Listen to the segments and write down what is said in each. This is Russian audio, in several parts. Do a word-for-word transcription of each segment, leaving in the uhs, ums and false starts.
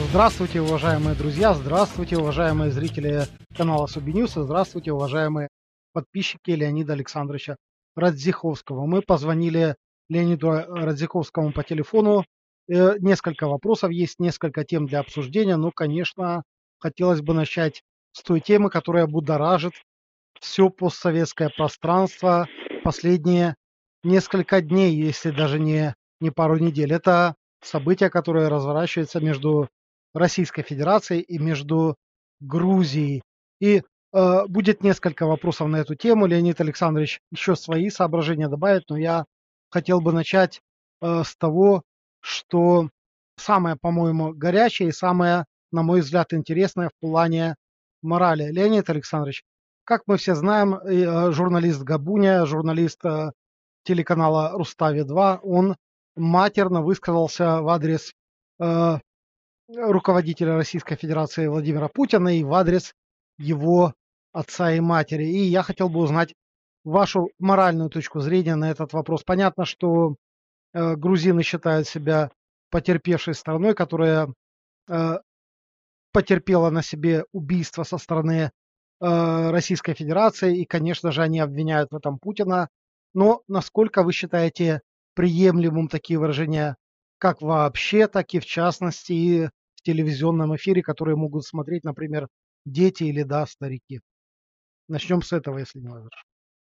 Здравствуйте, уважаемые друзья, здравствуйте, уважаемые зрители канала Субиньюс, и здравствуйте, уважаемые подписчики Леонида Александровича Радзиховского. Мы позвонили Леониду Радзиховскому по телефону. Э, Несколько вопросов есть, несколько тем для обсуждения, но, конечно, хотелось бы начать с той темы, которая будоражит все постсоветское пространство последние несколько дней, если даже не, не пару недель. Это события, которые разворачиваются между Российской Федерацией и между Грузией. И э, будет несколько вопросов на эту тему. Леонид Александрович еще свои соображения добавит, но я хотел бы начать э, с того, что самое, по-моему, горячее и самое, на мой взгляд, интересное в плане морали. Леонид Александрович, как мы все знаем, э, журналист Габуня, журналист э, телеканала Рустави два, он матерно высказался в адрес э, руководителя Российской Федерации Владимира Путина и в адрес его отца и матери. И я хотел бы узнать вашу моральную точку зрения на этот вопрос. Понятно, что э, грузины считают себя потерпевшей страной, которая э, потерпела на себе убийство со стороны э, Российской Федерации, и, конечно же, они обвиняют в этом Путина. Но насколько вы считаете приемлемым такие выражения, как вообще, так и в частности, и в телевизионном эфире, которые могут смотреть, например, дети или, да, старики? Начнем с этого, если не возражаете.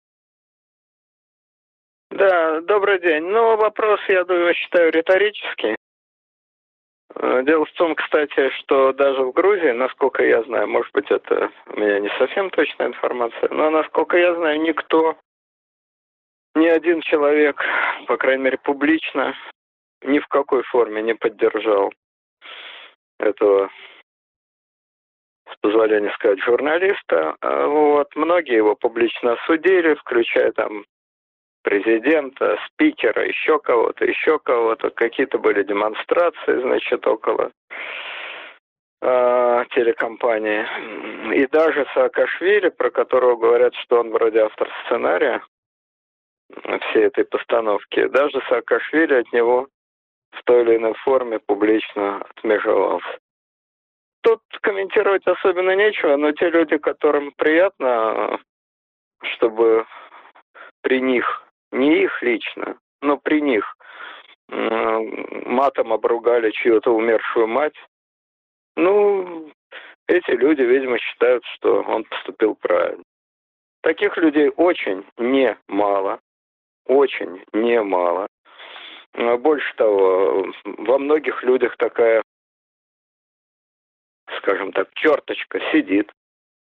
Да, добрый день. Ну, вопрос, я думаю, считаю риторический. Дело в том, кстати, что даже в Грузии, насколько я знаю, может быть, это у меня не совсем точная информация, но, насколько я знаю, никто, ни один человек, по крайней мере, публично, ни в какой форме не поддержал этого, с позволения сказать, журналиста. Вот. Многие его публично осудили, включая там президента, спикера, еще кого-то, еще кого-то. Какие-то были демонстрации, значит, около э, телекомпании. И даже Саакашвили, про которого говорят, что он вроде автор сценария всей этой постановки, даже Саакашвили от него в той или иной форме публично отмежевался. Тут комментировать особенно нечего, но те люди, которым приятно, чтобы при них, не их лично, но при них матом обругали чью-то умершую мать, ну, эти люди, видимо, считают, что он поступил правильно. Таких людей очень немало, очень немало. Больше того, во многих людях такая, скажем так, черточка сидит.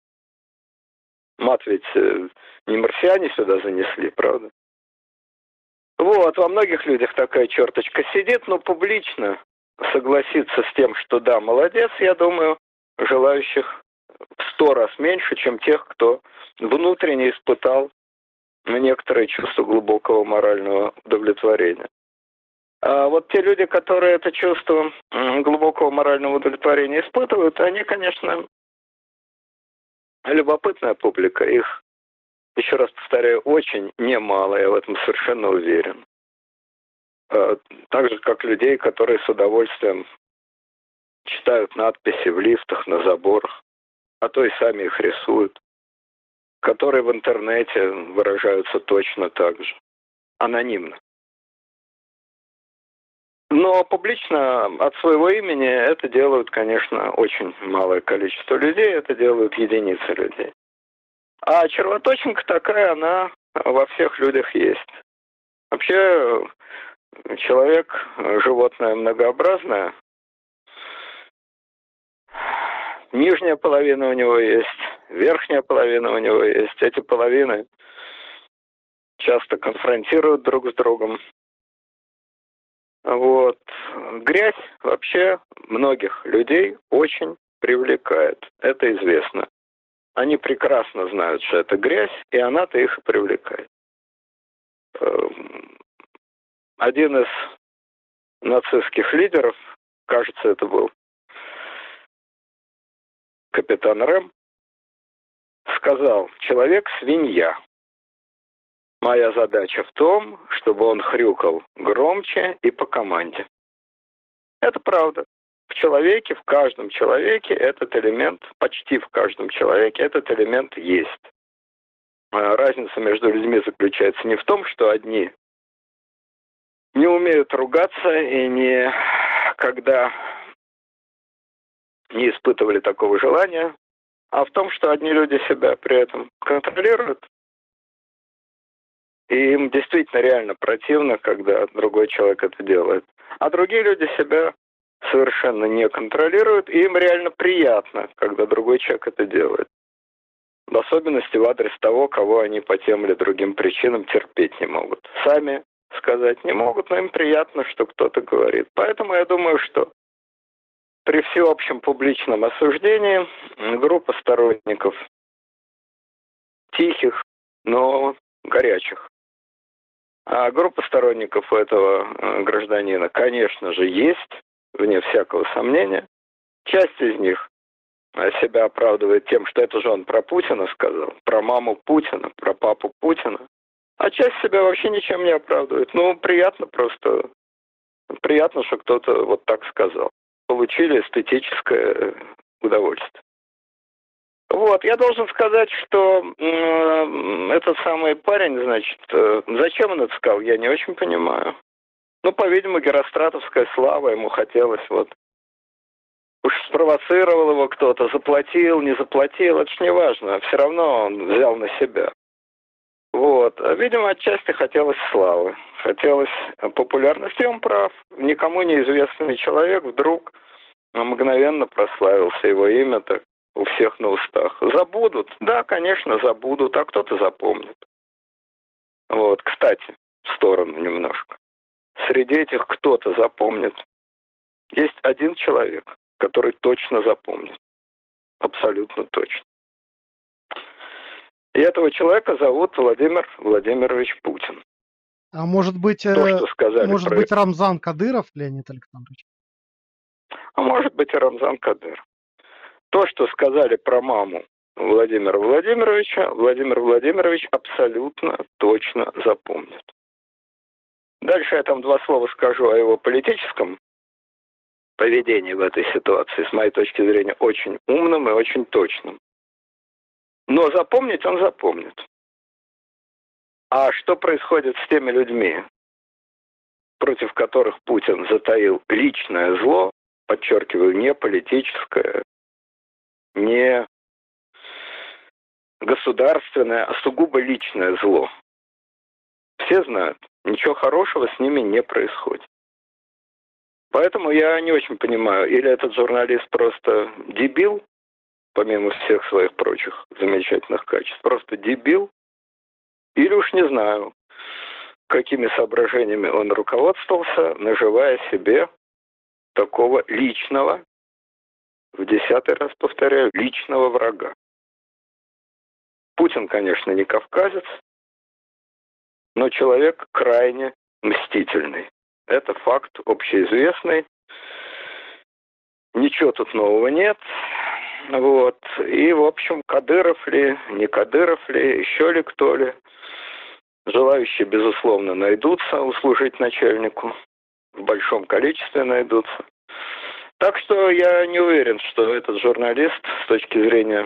Мат ведь не марсиане сюда занесли, правда? Вот, во многих людях такая черточка сидит, но публично согласиться с тем, что да, молодец, я думаю, желающих в сто раз меньше, чем тех, кто внутренне испытал некоторые чувства глубокого морального удовлетворения. А вот те люди, которые это чувство глубокого морального удовлетворения испытывают, они, конечно, любопытная публика. Их, еще раз повторяю, очень немало, я в этом совершенно уверен. Так же, как людей, которые с удовольствием читают надписи в лифтах, на заборах, а то и сами их рисуют, которые в интернете выражаются точно так же, анонимно. Но публично от своего имени это делают, конечно, очень малое количество людей, это делают единицы людей. А червоточинка такая, она во всех людях есть. Вообще, человек, животное многообразное. Нижняя половина у него есть, верхняя половина у него есть. Эти половины часто конфронтируют друг с другом. Вот. Грязь вообще многих людей очень привлекает. Это известно. Они прекрасно знают, что это грязь, и она-то их и привлекает. Один из нацистских лидеров, кажется, это был капитан Рэм, сказал: человек свинья. Моя задача в том, чтобы он хрюкал громче и по команде. Это правда. В человеке, в каждом человеке этот элемент, почти в каждом человеке этот элемент есть. Разница между людьми заключается не в том, что одни не умеют ругаться и не, когда не испытывали такого желания, а в том, что одни люди себя при этом контролируют, и им действительно реально противно, когда другой человек это делает. А другие люди себя совершенно не контролируют, и им реально приятно, когда другой человек это делает. В особенности в адрес того, кого они по тем или другим причинам терпеть не могут. Сами сказать не могут, но им приятно, что кто-то говорит. Поэтому я думаю, что при всеобщем публичном осуждении группа сторонников тихих, но горячих. А группа сторонников этого гражданина, конечно же, есть, вне всякого сомнения. Часть из них себя оправдывает тем, что это же он про Путина сказал, про маму Путина, про папу Путина. А часть себя вообще ничем не оправдывает. Ну, приятно просто, приятно, что кто-то вот так сказал. Получили эстетическое удовольствие. Вот, я должен сказать, что э, этот самый парень, значит, э, зачем он это сказал, я не очень понимаю. Ну, по-видимому, геростратовская слава, ему хотелось вот. Уж спровоцировал его кто-то, заплатил, не заплатил, это ж не важно, все равно он взял на себя. Вот, видимо, отчасти хотелось славы, хотелось популярности, он прав. Никому неизвестный человек вдруг мгновенно прославился, его имя так у всех на устах. Забудут? Да, конечно, забудут, а кто-то запомнит. Вот, кстати, в сторону немножко. Среди этих кто-то запомнит. Есть один человек, который точно запомнит. Абсолютно точно. И этого человека зовут Владимир Владимирович Путин. А может быть, То, что сказали может про... быть Рамзан Кадыров, Леонид Александрович? А может быть и Рамзан Кадыров. То, что сказали про маму Владимира Владимировича, Владимир Владимирович абсолютно точно запомнит. Дальше я там два слова скажу о его политическом поведении в этой ситуации, с моей точки зрения, очень умным и очень точным. Но запомнить он запомнит. А что происходит с теми людьми, против которых Путин затаил личное зло, подчеркиваю, не политическое, не государственное, а сугубо личное зло. Все знают, ничего хорошего с ними не происходит. Поэтому я не очень понимаю, или этот журналист просто дебил, помимо всех своих прочих замечательных качеств, просто дебил, или уж не знаю, какими соображениями он руководствовался, наживая себе такого личного, в десятый раз повторяю, личного врага. Путин, конечно, не кавказец, но человек крайне мстительный. Это факт общеизвестный. Ничего тут нового нет. Вот. И, в общем, Кадыров ли, не Кадыров ли, еще ли кто ли, желающие, безусловно, найдутся услужить начальнику. В большом количестве найдутся. Так что я не уверен, что этот журналист с точки зрения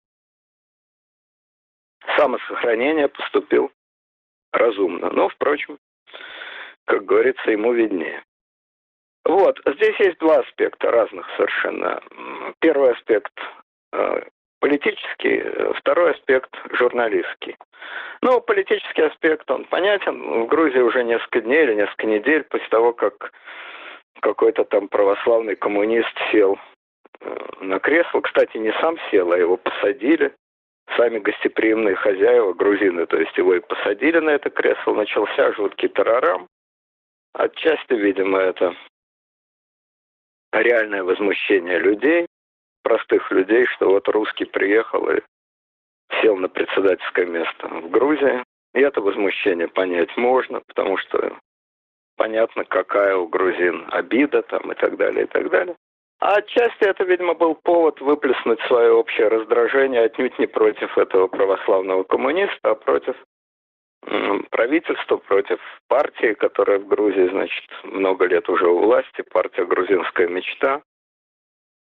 самосохранения поступил разумно. Но, впрочем, как говорится, ему виднее. Вот, здесь есть два аспекта разных совершенно. Первый аспект э, политический, второй аспект журналистский. Ну, политический аспект, он понятен. В Грузии уже несколько дней или несколько недель после того, как какой-то там православный коммунист сел э, на кресло. Кстати, не сам сел, а его посадили. Сами гостеприимные хозяева, грузины, то есть его и посадили на это кресло. Начался жуткий тарарам. Отчасти, видимо, это реальное возмущение людей, простых людей, что вот русский приехал и сел на председательское место в Грузии. И это возмущение понять можно, потому что понятно, какая у грузин обида там и так далее, и так далее. А отчасти это, видимо, был повод выплеснуть свое общее раздражение отнюдь не против этого православного коммуниста, а против правительства, против партии, которая в Грузии, значит, много лет уже у власти, партия «Грузинская мечта»,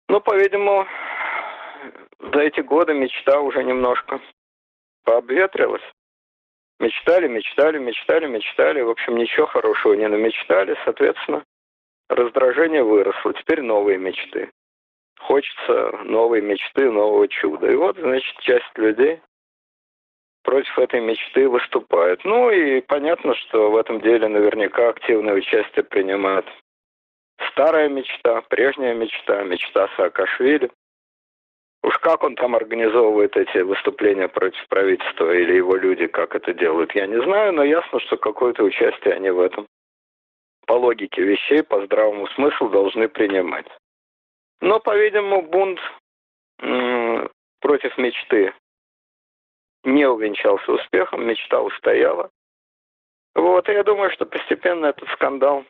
Ну, по-видимому, за эти годы мечта уже немножко пообветрилась. Мечтали, мечтали, мечтали, мечтали. В общем, ничего хорошего не намечтали. Соответственно, раздражение выросло. Теперь новые мечты. Хочется новой мечты, нового чуда. И вот, значит, часть людей против этой мечты выступает. Ну и понятно, что в этом деле наверняка активное участие принимает старая мечта, прежняя мечта, мечта Саакашвили. Уж как он там организовывает эти выступления против правительства или его люди, как это делают, я не знаю, но ясно, что какое-то участие они в этом по логике вещей, по здравому смыслу должны принимать. Но, по-видимому, бунт м- против мечты не увенчался успехом, мечта устояла. Вот, и я думаю, что постепенно этот скандал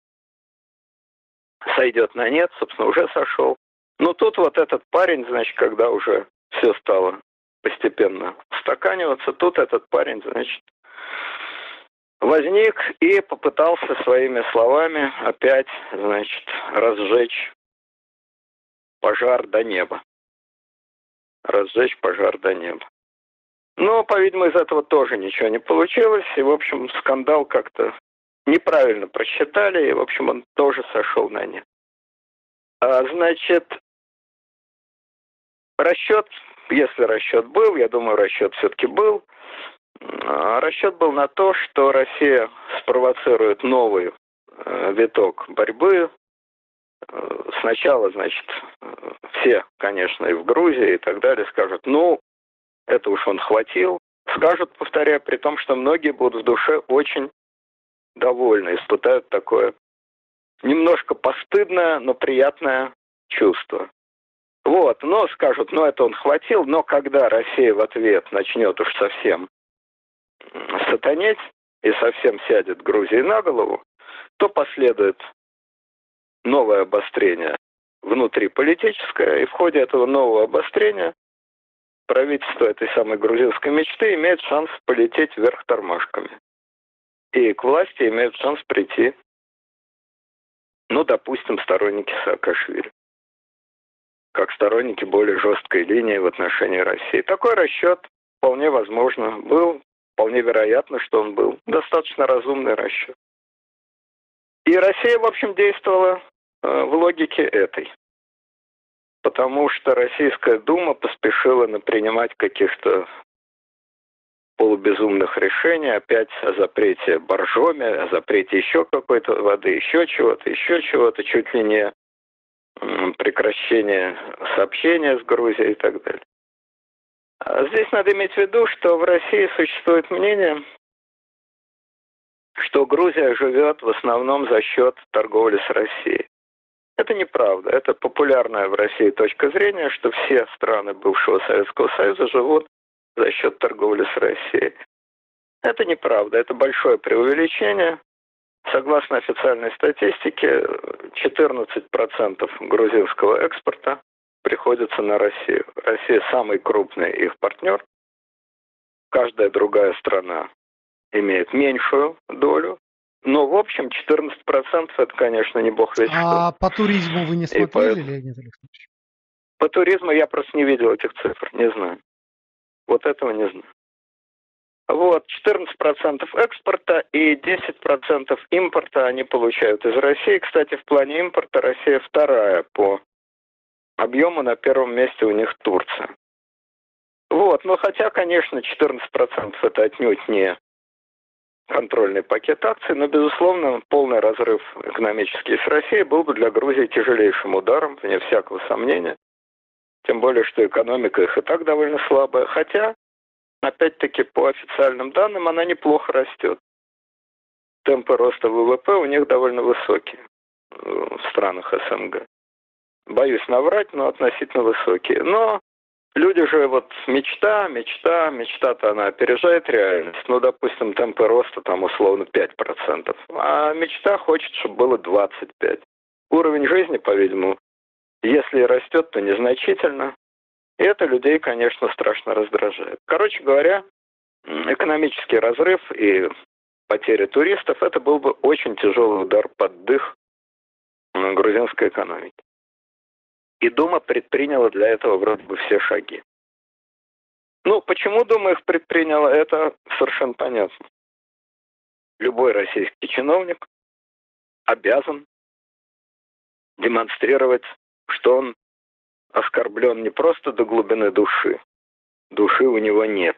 сойдет на нет, собственно, уже сошел. Но тут вот этот парень, значит, когда уже все стало постепенно устаканиваться, тут этот парень, значит, возник и попытался своими словами опять, значит, разжечь пожар до неба. Разжечь пожар до неба. Но, по-видимому, из этого тоже ничего не получилось. И, в общем, скандал как-то неправильно просчитали. И, в общем, он тоже сошел на нет. А, значит, расчет, если расчет был, я думаю, расчет все-таки был. Расчет был на то, что Россия спровоцирует новый э, виток борьбы. Сначала, значит, все, конечно, и в Грузии и так далее скажут, ну, это уж он хватил. Скажут, повторяю, при том, что многие будут в душе очень довольны, испытают такое немножко постыдное, но приятное чувство. Вот, но скажут, ну, это он хватил, но когда Россия в ответ начнет уж совсем сатанеть и совсем сядет Грузии на голову, то последует новое обострение внутриполитическое, и в ходе этого нового обострения правительство этой самой грузинской мечты имеет шанс полететь вверх тормашками. И к власти имеют шанс прийти, ну, допустим, сторонники Саакашвили, как сторонники более жесткой линии в отношении России. Такой расчет вполне возможно был, вполне вероятно, что он был. Достаточно разумный расчет. И Россия, в общем, действовала э, в логике этой. Потому что Российская Дума поспешила принимать каких-то полубезумных решений, опять о запрете боржоми, о запрете еще какой-то воды, еще чего-то, еще чего-то, чуть ли не прекращение сообщения с Грузией и так далее. А здесь надо иметь в виду, что в России существует мнение, что Грузия живет в основном за счет торговли с Россией. Это неправда. Это популярная в России точка зрения, что все страны бывшего Советского Союза живут за счет торговли с Россией. Это неправда. Это большое преувеличение. Согласно официальной статистике, четырнадцать процентов грузинского экспорта приходится на Россию. Россия самый крупный их партнер. Каждая другая страна имеет меньшую долю. Но, в общем, четырнадцать процентов это, конечно, не бог весть что. А по туризму вы не смотрели, поэтому... Леонид Александрович? По туризму я просто не видел этих цифр, не знаю. Вот этого не знаю. Вот, четырнадцать процентов экспорта и десять процентов импорта они получают из России. Кстати, в плане импорта Россия вторая по объему, на первом месте у них Турция. Вот, но хотя, конечно, четырнадцать процентов это отнюдь не контрольный пакет акций, но, безусловно, полный разрыв экономический с Россией был бы для Грузии тяжелейшим ударом, вне всякого сомнения. Тем более, что экономика их и так довольно слабая. Хотя, опять-таки, по официальным данным, она неплохо растет. Темпы роста ВВП у них довольно высокие в странах СНГ. Боюсь наврать, но относительно высокие. Но люди же вот мечта, мечта, мечта-то она опережает реальность. Ну, допустим, темпы роста там условно пять процентов. А мечта хочет, чтобы было двадцать пять процентов. Уровень жизни, по-видимому, если и растет, то незначительно. И это людей, конечно, страшно раздражает. Короче говоря, экономический разрыв и потеря туристов – это был бы очень тяжелый удар под дых грузинской экономики. И Дума предприняла для этого вроде бы все шаги. Ну, почему Дума их предприняла, это совершенно понятно. Любой российский чиновник обязан демонстрировать, что он оскорблен не просто до глубины души, души у него нет,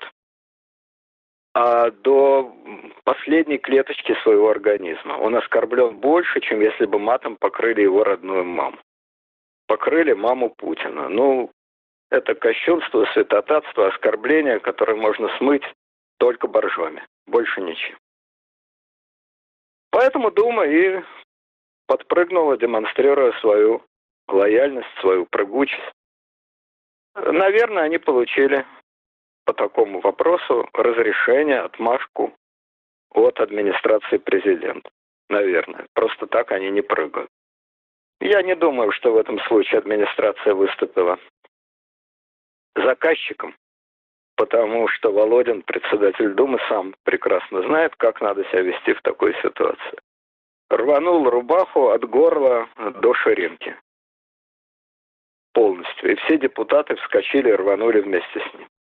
а до последней клеточки своего организма. Он оскорблен больше, чем если бы матом покрыли его родную маму. Покрыли маму Путина. Ну, это кощунство, святотатство, оскорбление, которое можно смыть только боржоми. Больше ничем. Поэтому Дума и подпрыгнула, демонстрируя свою лояльность, свою прыгучесть. Наверное, они получили по такому вопросу разрешение, отмашку от администрации президента. Наверное. Просто так они не прыгают. Я не думаю, что в этом случае администрация выступила заказчиком, потому что Володин, председатель Думы, сам прекрасно знает, как надо себя вести в такой ситуации. Рванул рубаху от горла до ширинки. Полностью. И все депутаты вскочили и рванули вместе с ним.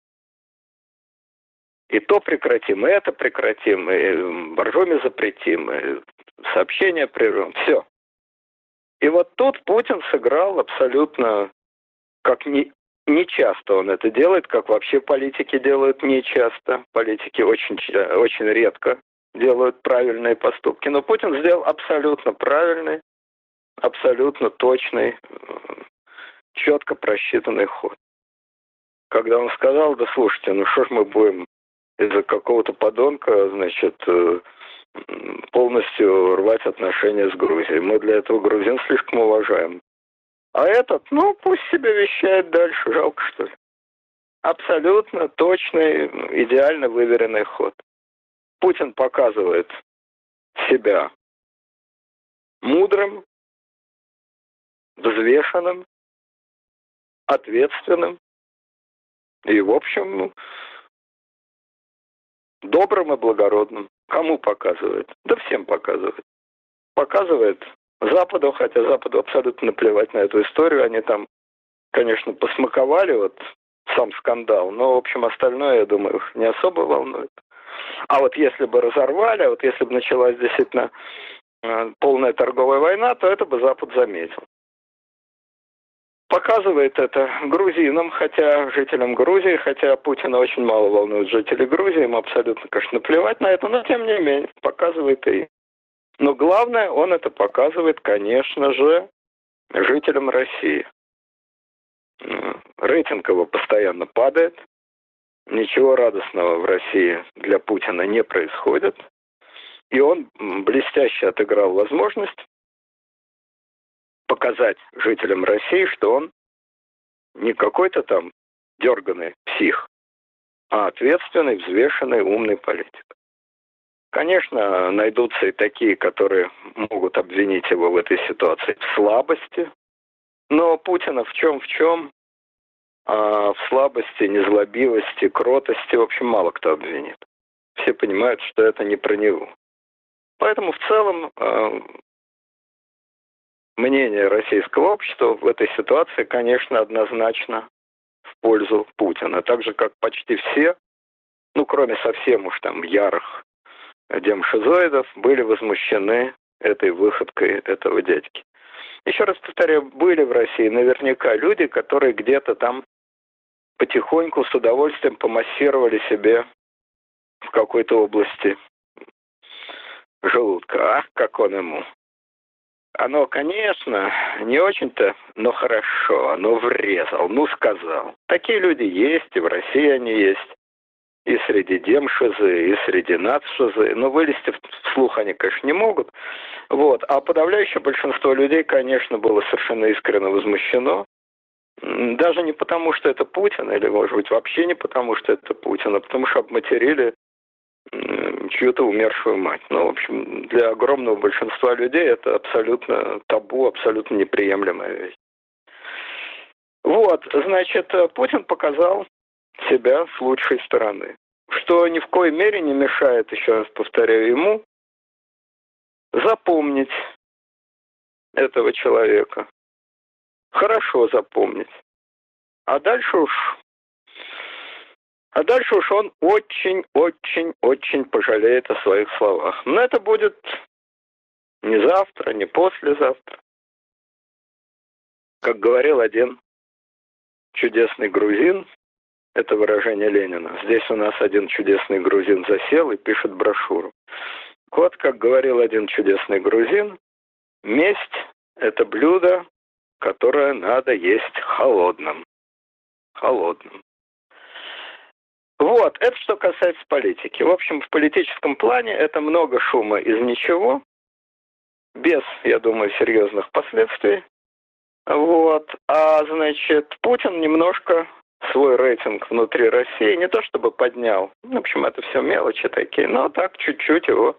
И то прекратим, и это прекратим, и боржоми запретим, и сообщения прервем. Все. И вот тут Путин сыграл абсолютно, как не, не часто он это делает, как вообще политики делают не часто. Политики очень, очень редко делают правильные поступки. Но Путин сделал абсолютно правильный, абсолютно точный, четко просчитанный ход. Когда он сказал, да слушайте, ну что ж мы будем из-за какого-то подонка, значит, полностью рвать отношения с Грузией. Мы для этого грузин слишком уважаем. А этот, ну, пусть себе вещает дальше, жалко что ли. Абсолютно точный, идеально выверенный ход. Путин показывает себя мудрым, взвешенным, ответственным и, в общем, добрым и благородным. Кому показывает? Да всем показывает. Показывает Западу, хотя Западу абсолютно наплевать на эту историю. Они там, конечно, посмаковали вот сам скандал, но, в общем, остальное, я думаю, их не особо волнует. А вот если бы разорвали, а вот если бы началась действительно полная торговая война, то это бы Запад заметил. Показывает это грузинам, хотя жителям Грузии, хотя Путина очень мало волнует жители Грузии, ему абсолютно, конечно, наплевать на это, но тем не менее показывает и им. Но главное, он это показывает, конечно же, жителям России. Рейтинг его постоянно падает, ничего радостного в России для Путина не происходит, и он блестяще отыграл возможность показать жителям России, что он не какой-то там дерганый псих, а ответственный, взвешенный, умный политик. Конечно, найдутся и такие, которые могут обвинить его в этой ситуации в слабости, но Путина в чем в чем, а в слабости, незлобивости, кротости, в общем, мало кто обвинит. Все понимают, что это не про него. Поэтому в целом мнение российского общества в этой ситуации, конечно, однозначно в пользу Путина. Так же, как почти все, ну, кроме совсем уж там ярых демшизоидов, были возмущены этой выходкой этого дядьки. Еще раз повторяю, были в России наверняка люди, которые где-то там потихоньку с удовольствием помассировали себе в какой-то области желудка. А как он ему? Оно, конечно, не очень-то, но хорошо, оно врезал, ну сказал. Такие люди есть, и в России они есть, и среди демшизы, и среди нацшизы, но вылезти вслух они, конечно, не могут. Вот. А подавляющее большинство людей, конечно, было совершенно искренне возмущено. Даже не потому, что это Путин, или, может быть, вообще не потому, что это Путин, а потому что обматерили чью-то умершую мать. Ну, в общем, для огромного большинства людей это абсолютно табу, абсолютно неприемлемая вещь. Вот, значит, Путин показал себя с лучшей стороны, что ни в коей мере не мешает, еще раз повторяю, ему запомнить этого человека, хорошо запомнить. А дальше уж... А дальше уж он очень-очень-очень пожалеет о своих словах. Но это будет не завтра, не послезавтра. Как говорил один чудесный грузин, это выражение Ленина. Здесь у нас один чудесный грузин засел и пишет брошюру. Вот, как говорил один чудесный грузин, месть – это блюдо, которое надо есть холодным. Холодным. Вот, это что касается политики. В общем, в политическом плане это много шума из ничего, без, я думаю, серьезных последствий. Вот. А, значит, Путин немножко свой рейтинг внутри России не то чтобы поднял. В общем, это все мелочи такие, но так чуть-чуть его,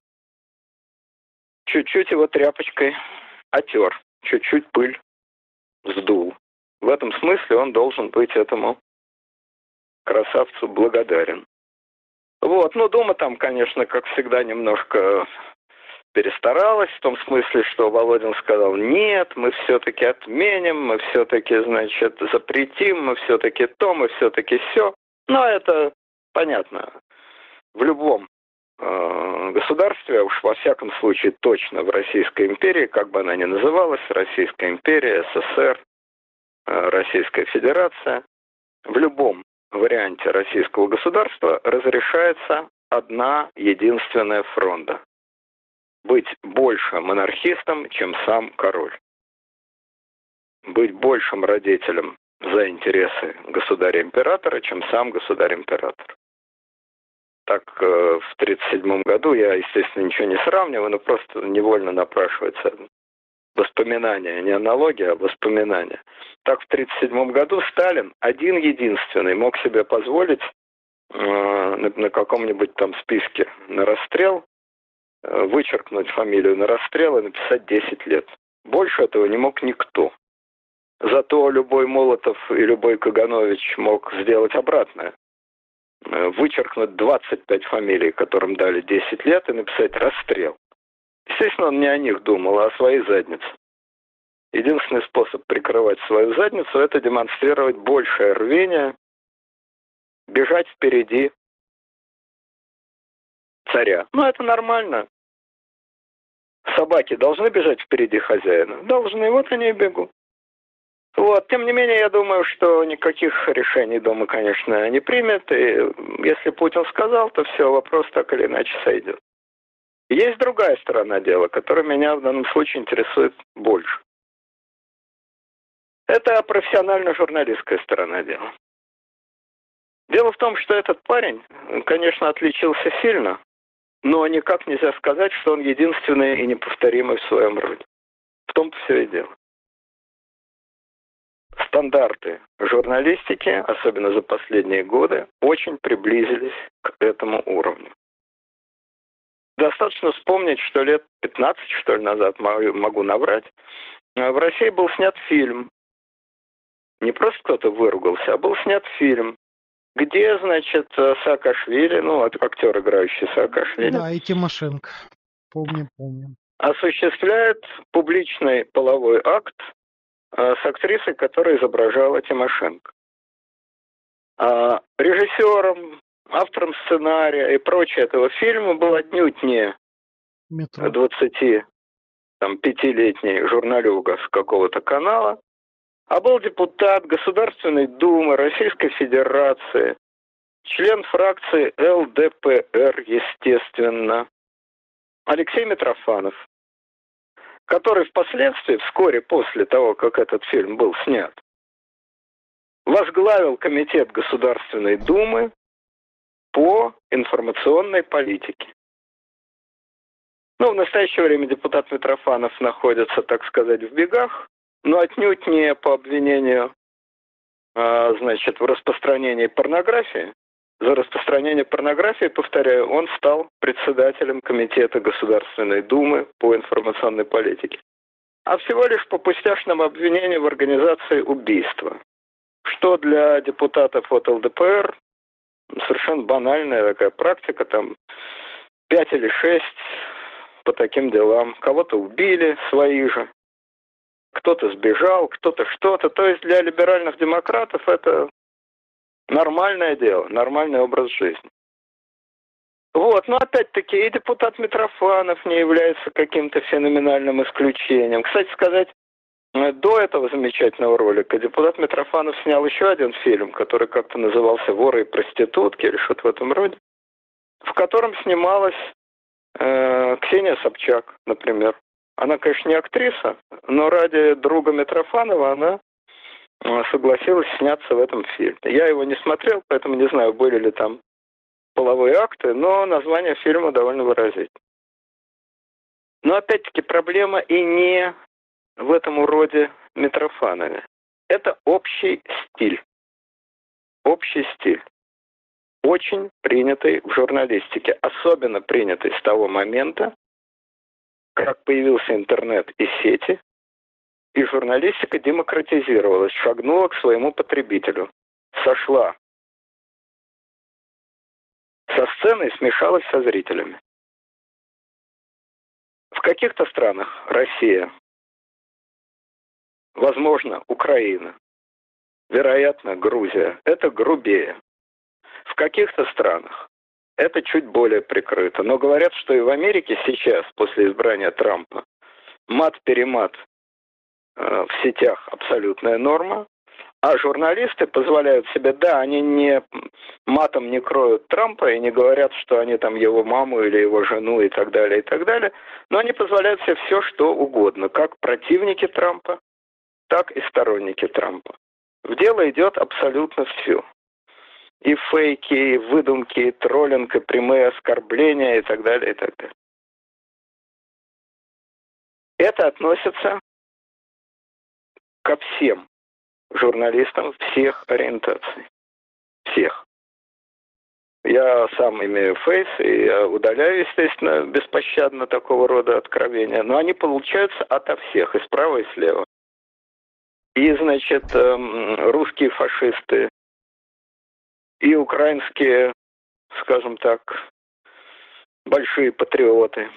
чуть-чуть его тряпочкой отер, чуть-чуть пыль сдул. В этом смысле он должен быть этому красавцу благодарен. Вот, ну, Дума там, конечно, как всегда, немножко перестаралась, в том смысле, что Володин сказал, нет, мы все-таки отменим, мы все-таки, значит, запретим, мы все-таки то, мы все-таки все. Но это понятно. В любом э, государстве, а уж во всяком случае точно в Российской империи, как бы она ни называлась, Российская империя, СССР, э, Российская Федерация, в любом варианте российского государства разрешается одна единственная фронта. Быть больше монархистом, чем сам король. Быть большим родителем за интересы государя-императора, чем сам государь-император. Так, в тридцать седьмом году, я, естественно, ничего не сравниваю, но просто невольно напрашивается воспоминания, не аналогия, а воспоминания. Так, в тридцать седьмом году Сталин один-единственный мог себе позволить э, на, на каком-нибудь там списке на расстрел вычеркнуть фамилию на расстрел и написать десять лет. Больше этого не мог никто. Зато любой Молотов и любой Каганович мог сделать обратное. Вычеркнуть двадцать пять фамилий, которым дали десять лет, и написать расстрел. Естественно, он не о них думал, а о своей заднице. Единственный способ прикрывать свою задницу – это демонстрировать большее рвение, бежать впереди царя. Ну, это нормально. Собаки должны бежать впереди хозяина? Должны, вот они и бегут. Вот, тем не менее, я думаю, что никаких решений Дума, конечно, не примет. И если Путин сказал, то все, вопрос так или иначе сойдет. Есть другая сторона дела, которая меня в данном случае интересует больше. Это профессионально-журналистская сторона дела. Дело в том, что этот парень, конечно, отличился сильно, но никак нельзя сказать, что он единственный и неповторимый в своем роде. В том-то все и дело. Стандарты журналистики, особенно за последние годы, очень приблизились к этому уровню. Достаточно вспомнить, что лет пятнадцать, что ли, назад, могу наврать, в России был снят фильм. Не просто кто-то выругался, а был снят фильм, где, значит, Саакашвили, ну, актер, играющий Саакашвили. Да, и Тимошенко. Помню, помню. Осуществляет публичный половой акт а, с актрисой, которая изображала Тимошенко. А, режиссером, автором сценария и прочее этого фильма был отнюдь не двадцатипятилетний журналюга с какого-то канала, а был депутат Государственной Думы Российской Федерации, член фракции эл дэ пэ эр, естественно, Алексей Митрофанов, который впоследствии, вскоре после того, как этот фильм был снят, возглавил Комитет Государственной Думы по информационной политике. Ну, в настоящее время депутат Митрофанов находится, так сказать, в бегах, но отнюдь не по обвинению, а, значит, в распространении порнографии. За распространение порнографии, повторяю, он стал председателем Комитета Государственной Думы по информационной политике. А всего лишь по пустяшному обвинению в организации убийства. Что для депутатов от эл дэ пэ эр совершенно банальная такая практика, там пять или шесть по таким делам. Кого-то убили, свои же. кто-то сбежал, кто-то что-то. То есть для либеральных демократов это нормальное дело, нормальный образ жизни. Вот, но опять-таки и депутат Митрофанов не является каким-то феноменальным исключением. Кстати сказать, до этого замечательного ролика депутат Митрофанов снял еще один фильм, который как-то назывался «Воры и проститутки» или что-то в этом роде, в котором снималась э, Ксения Собчак, например. Она, конечно, не актриса, но ради друга Митрофанова она э, согласилась сняться в этом фильме. Я его не смотрел, поэтому не знаю, были ли там половые акты, но название фильма довольно выразительно. Но опять-таки проблема и не в этом уроде Митрофанове. Это общий стиль. Общий стиль. Очень принятый в журналистике. Особенно принятый с того момента, как появился интернет и сети, и журналистика демократизировалась, шагнула к своему потребителю. Сошла со сцены и смешалась со зрителями. В каких-то странах Россия, возможно, Украина, вероятно, Грузия, это грубее. В каких-то странах это чуть более прикрыто. Но говорят, что и в Америке сейчас, после избрания Трампа, мат-перемат э, в сетях абсолютная норма, а журналисты позволяют себе, да, они не матом не кроют Трампа и не говорят, что они там его маму или его жену и так далее, и так далее, но они позволяют себе все, что угодно, как противники Трампа, так и сторонники Трампа. В дело идет абсолютно все. И фейки, и выдумки, и троллинг, и прямые оскорбления, и так далее, и так далее. Это относится ко всем журналистам всех ориентаций. Всех. Я сам имею фейс, и я удаляю, естественно, беспощадно такого рода откровения, но они получаются ото всех, и справа, и слева. И, значит, русские фашисты, и украинские, скажем так, большие патриоты,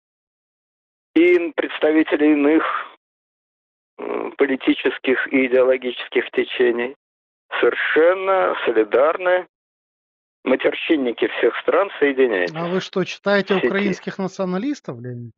и представители иных политических и идеологических течений совершенно солидарны. Матерщинники всех стран, соединяйтесь. А вы что, читаете украинских националистов, Леонид?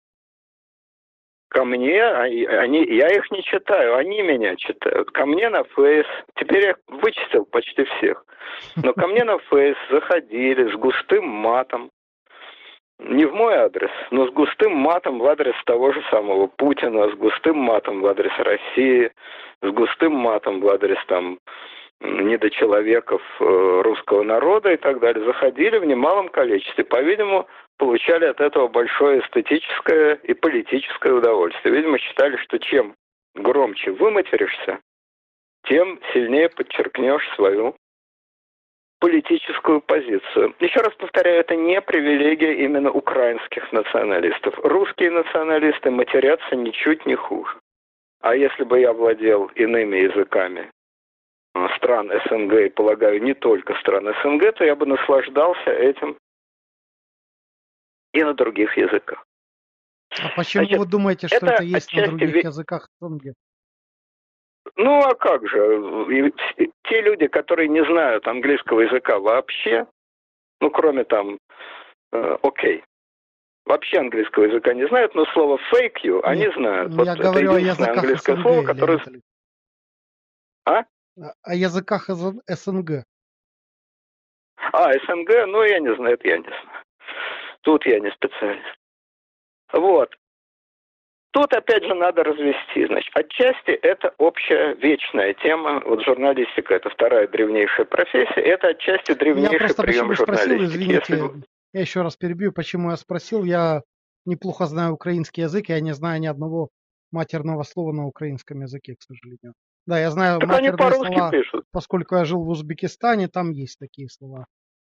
Ко мне, они, я их не читаю, они меня читают. Ко мне на фейс, теперь я вычислил почти всех, но ко мне на фейс заходили с густым матом, не в мой адрес, но с густым матом в адрес того же самого Путина, с густым матом в адрес России, с густым матом в адрес там недочеловеков русского народа и так далее, заходили в немалом количестве. По-видимому, получали от этого большое эстетическое и политическое удовольствие. Видимо, считали, что чем громче выматеришься, тем сильнее подчеркнешь свою политическую позицию. Еще раз повторяю, это не привилегия именно украинских националистов. Русские националисты матерятся ничуть не хуже. А если бы я владел иными языками стран СНГ, и, полагаю, не только стран СНГ, то я бы наслаждался этим и на других языках. А почему Значит, вы думаете, что это, это есть на других ви... языках СНГ? Ну, а как же? Те люди, которые не знают английского языка вообще, ну, кроме там, э, окей, вообще английского языка не знают, но слово fake you они Нет, знают. Вот я это говорю о единственное языках английское СНГ, слово, которое... А? О языках СНГ. А, СНГ, ну, я не знаю, это я не знаю. Тут я не специалист. Вот. Тут, опять же, надо развести. Значит, отчасти это общая вечная тема. Вот журналистика – это вторая древнейшая профессия. Это отчасти древнейший я просто прием журналистики. Спросил, извините, Если... я еще раз перебью, почему я спросил. Я неплохо знаю украинский язык, я не знаю ни одного матерного слова на украинском языке, к сожалению. Да, я знаю так матерные слова, пишут. Поскольку я жил в Узбекистане, там есть такие слова.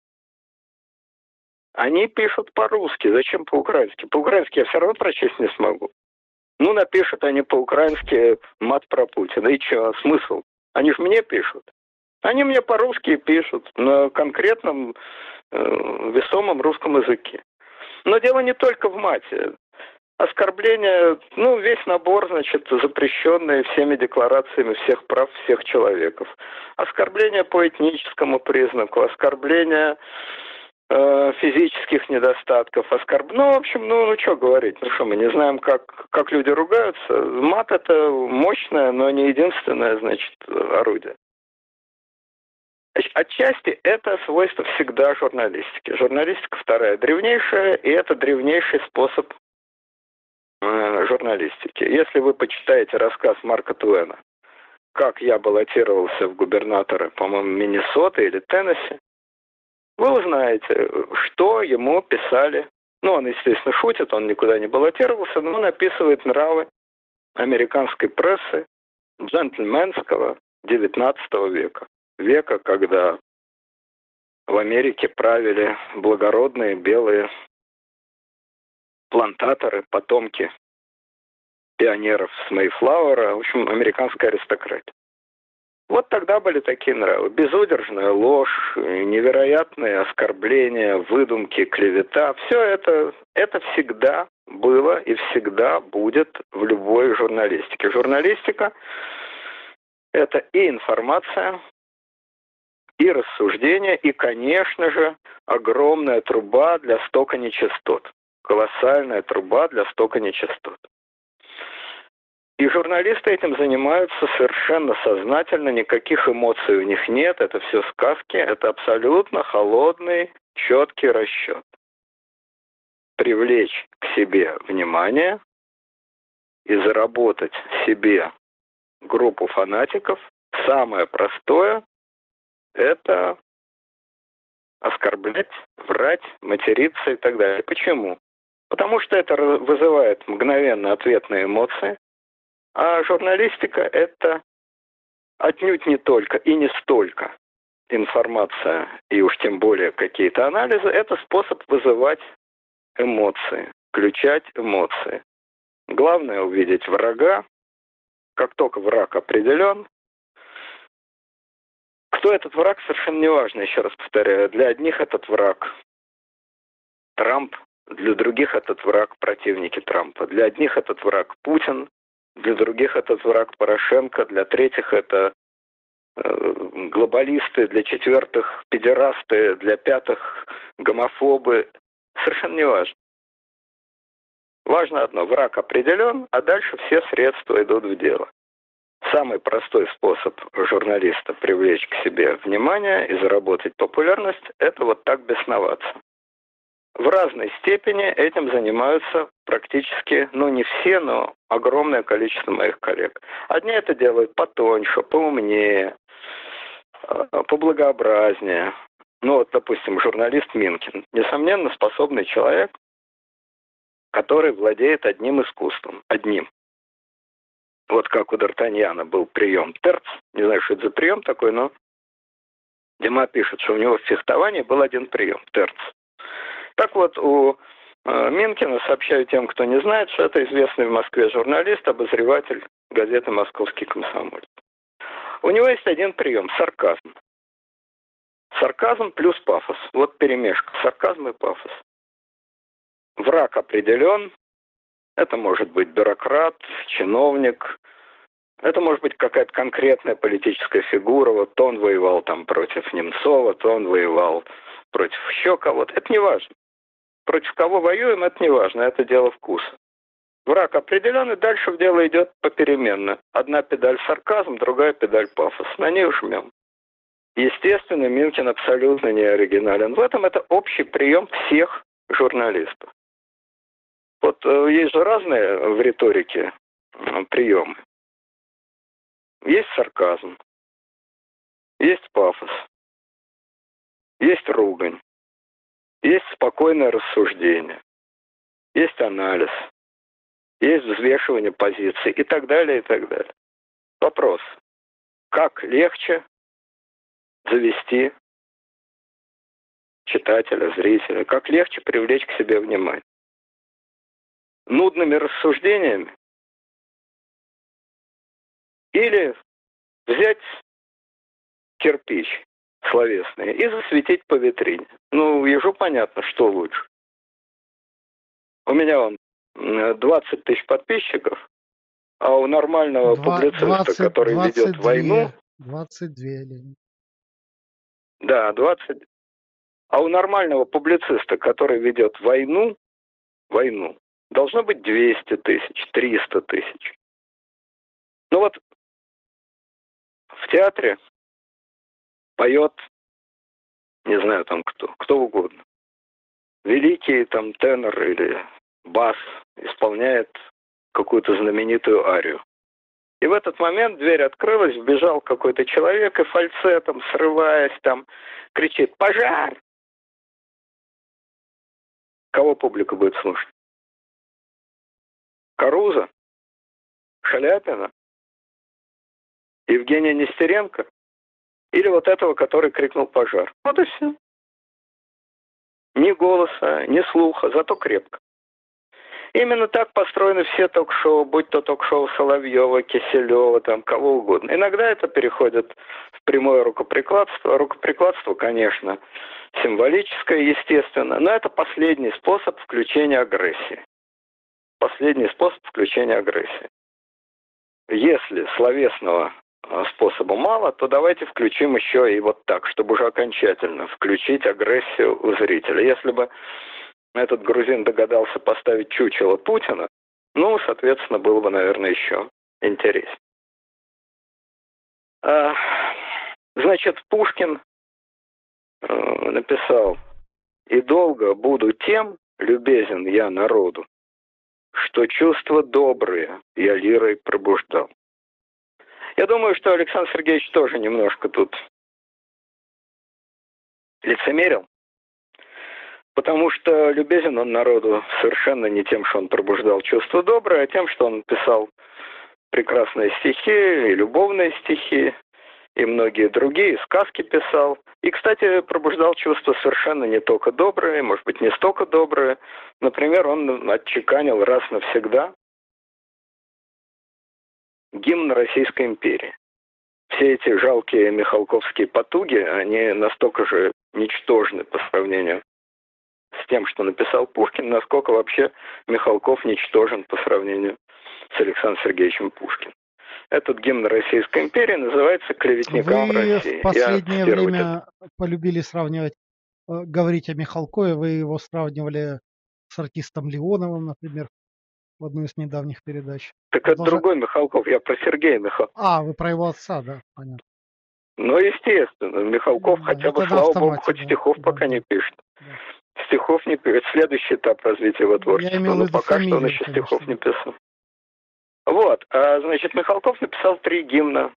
Они пишут по-русски, зачем по-украински? По-украински я все равно прочесть не смогу. Ну, напишут они по-украински мат про Путина. И что, смысл? Они же мне пишут. Они мне по-русски пишут на конкретном э, весомом русском языке. Но дело не только в мате. Оскорбление, ну, весь набор, значит, запрещенный всеми декларациями всех прав всех человеков. Оскорбление по этническому признаку, оскорбление э, физических недостатков, оскорб... Ну, в общем, ну, ну, что говорить, ну, что, мы не знаем, как, как люди ругаются. Мат — это мощное, но не единственное, значит, орудие. Отчасти это свойство всегда журналистики. Журналистика вторая древнейшая, и это древнейший способ э, журналистики. Если вы почитаете рассказ Марка Твена, как я баллотировался в губернаторы, по-моему, Миннесоты или Теннесси, вы узнаете, что ему писали. Ну, он, естественно, шутит, он никуда не баллотировался, но он описывает нравы американской прессы джентльменского девятнадцатого века. Века, когда в Америке правили благородные белые плантаторы, потомки пионеров с Мейфлауэра, в общем, американская аристократия. Вот тогда были такие нравы. Безудержная ложь, невероятные оскорбления, выдумки, клевета. Все это, это всегда было и всегда будет в любой журналистике. Журналистика – это и информация, и рассуждение, и, конечно же, огромная труба для стока нечистот. Колоссальная труба для стока нечистот. И журналисты этим занимаются совершенно сознательно, никаких эмоций у них нет, это все сказки, это абсолютно холодный, четкий расчет. Привлечь к себе внимание и заработать себе группу фанатиков. Самое простое – это оскорблять, врать, материться и так далее. Почему? Потому что это вызывает мгновенно ответные эмоции, а журналистика – это отнюдь не только и не столько информация, и уж тем более какие-то анализы, это способ вызывать эмоции, включать эмоции. Главное – увидеть врага. Как только враг определен, кто этот враг, совершенно не важно, еще раз повторяю. Для одних этот враг Трамп, для других этот враг противники Трампа, для одних этот враг Путин, для других этот враг Порошенко, для третьих это э, глобалисты, для четвертых педерасты, для пятых гомофобы. Совершенно не важно. Важно одно, враг определен, а дальше все средства идут в дело. Самый простой способ журналиста привлечь к себе внимание и заработать популярность – это вот так бесноваться. В разной степени этим занимаются практически, ну не все, но огромное количество моих коллег. Одни это делают потоньше, поумнее, поблагообразнее. Ну вот, допустим, журналист Минкин. Несомненно, способный человек, который владеет одним искусством. Одним. Вот как у Д'Артаньяна был прием терц. Не знаю, что это за прием такой, но Дюма пишет, что у него в фехтовании был один прием терц. Так вот, у э, Минкина, сообщаю тем, кто не знает, что это известный в Москве журналист, обозреватель газеты «Московский комсомолец». У него есть один прием – сарказм. Сарказм плюс пафос. Вот перемешка. Сарказм и пафос. Враг определен. Это может быть бюрократ, чиновник. Это может быть какая-то конкретная политическая фигура. Вот то он воевал там против Немцова, то он воевал против еще кого-то. Это не важно. Против кого воюем, это не важно. Это дело вкуса. Враг определен, и дальше в дело идет попеременно. Одна педаль сарказм, другая педаль пафос. На ней жмем. Естественно, Минкин абсолютно не оригинален. В этом это общий прием всех журналистов. Вот э, есть же разные в риторике э, приемы. Есть сарказм, есть пафос, есть ругань, есть спокойное рассуждение, есть анализ, есть взвешивание позиций и так далее, и так далее. Вопрос. Как легче завести читателя, зрителя, как легче привлечь к себе внимание? Нудными рассуждениями? Или взять кирпич словесный и засветить по витрине? Ну, ежу понятно, что лучше. У меня он двадцать тысяч подписчиков, а у нормального публициста, двадцать, который ведет войну... двадцать две, Леонид. Да, двадцать. А у нормального публициста, который ведет войну, войну, должно быть двести тысяч, триста тысяч. Ну вот в театре поет, не знаю там кто, кто угодно. Великий там тенор или бас исполняет какую-то знаменитую арию. И в этот момент дверь открылась, вбежал какой-то человек и фальцетом, срываясь там, кричит «Пожар!». Кого публика будет слушать? Каруза? Шаляпина? Евгения Нестеренко? Или вот этого, который крикнул «Пожар»? Вот и все. Ни голоса, ни слуха, зато крепко. Именно так построены все ток-шоу, будь то ток-шоу Соловьева, Киселева, там, кого угодно. Иногда это переходит в прямое рукоприкладство. Рукоприкладство, конечно, символическое, естественно, но это последний способ включения агрессии. Последний способ включения агрессии. Если словесного способа мало, то давайте включим еще и вот так, чтобы уже окончательно включить агрессию у зрителя. Если бы этот грузин догадался поставить чучело Путина, ну, соответственно, было бы, наверное, еще интереснее. А, значит, Пушкин э, написал: «И долго буду тем любезен я народу, что чувства добрые я лирой пробуждал». Я думаю, что Александр Сергеевич тоже немножко тут лицемерил, потому что любезен он народу совершенно не тем, что он пробуждал чувство доброе, а тем, что он писал прекрасные стихи, и любовные стихи, и многие другие, сказки писал. И, кстати, пробуждал чувства совершенно не только добрые, может быть, не столько добрые. Например, он отчеканил раз навсегда гимн Российской империи. Все эти жалкие михалковские потуги, они настолько же ничтожны по сравнению с тем, что написал Пушкин, насколько вообще Михалков ничтожен по сравнению с Александром Сергеевичем Пушкиным. Этот гимн Российской империи называется «Клеветникам Вы России». в последнее Я время это... полюбили сравнивать, э, говорить о Михалкове, вы его сравнивали с артистом Леоновым, например, в одной из недавних передач. Так Продолжай... это другой Михалков, я про Сергея Михалкова. А, вы про его отца, да, понятно. Ну, естественно, Михалков да, хотя бы, слава богу, хоть да, стихов да, пока да, не пишет. Да. Стихов не пишет. Следующий этап развития его творчества. Но пока фамилию, что он еще конечно. стихов не писал. Вот, а, значит, Михалков написал три гимна.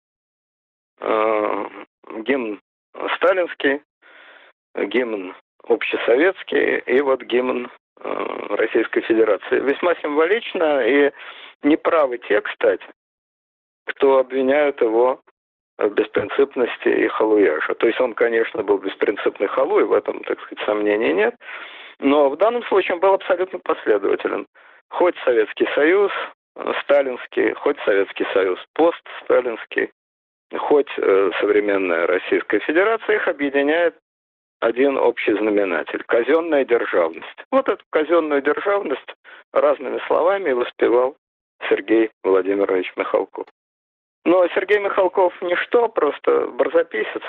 Э, гимн сталинский, гимн общесоветский и вот гимн э, Российской Федерации. Весьма символично, и неправы те, кстати, кто обвиняют его в беспринципности и халуяже. То есть он, конечно, был беспринципный халуй, в этом, так сказать, сомнений нет, но в данном случае он был абсолютно последователен. Хоть Советский Союз сталинский, хоть Советский Союз постсталинский, хоть э, современная Российская Федерация, их объединяет один общий знаменатель – казенная державность. Вот эту казенную державность разными словами воспевал Сергей Владимирович Михалков. Но Сергей Михалков ничто, просто барзаписец.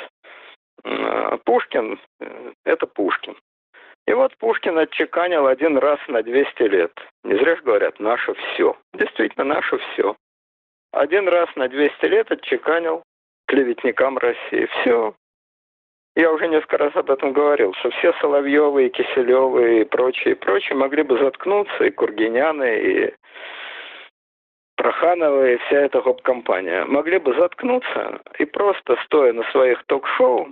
Пушкин – это Пушкин. И вот Пушкин отчеканил один раз на двести лет. Не зря же говорят «наше все». Действительно, наше все. Один раз на двести лет отчеканил клеветникам России. Все. Я уже несколько раз об этом говорил, что все Соловьевы, и Киселевы, и прочие, и прочие могли бы заткнуться, и Кургиняны, и Прохановы, и вся эта гоп-компания. Могли бы заткнуться и просто, стоя на своих ток-шоу,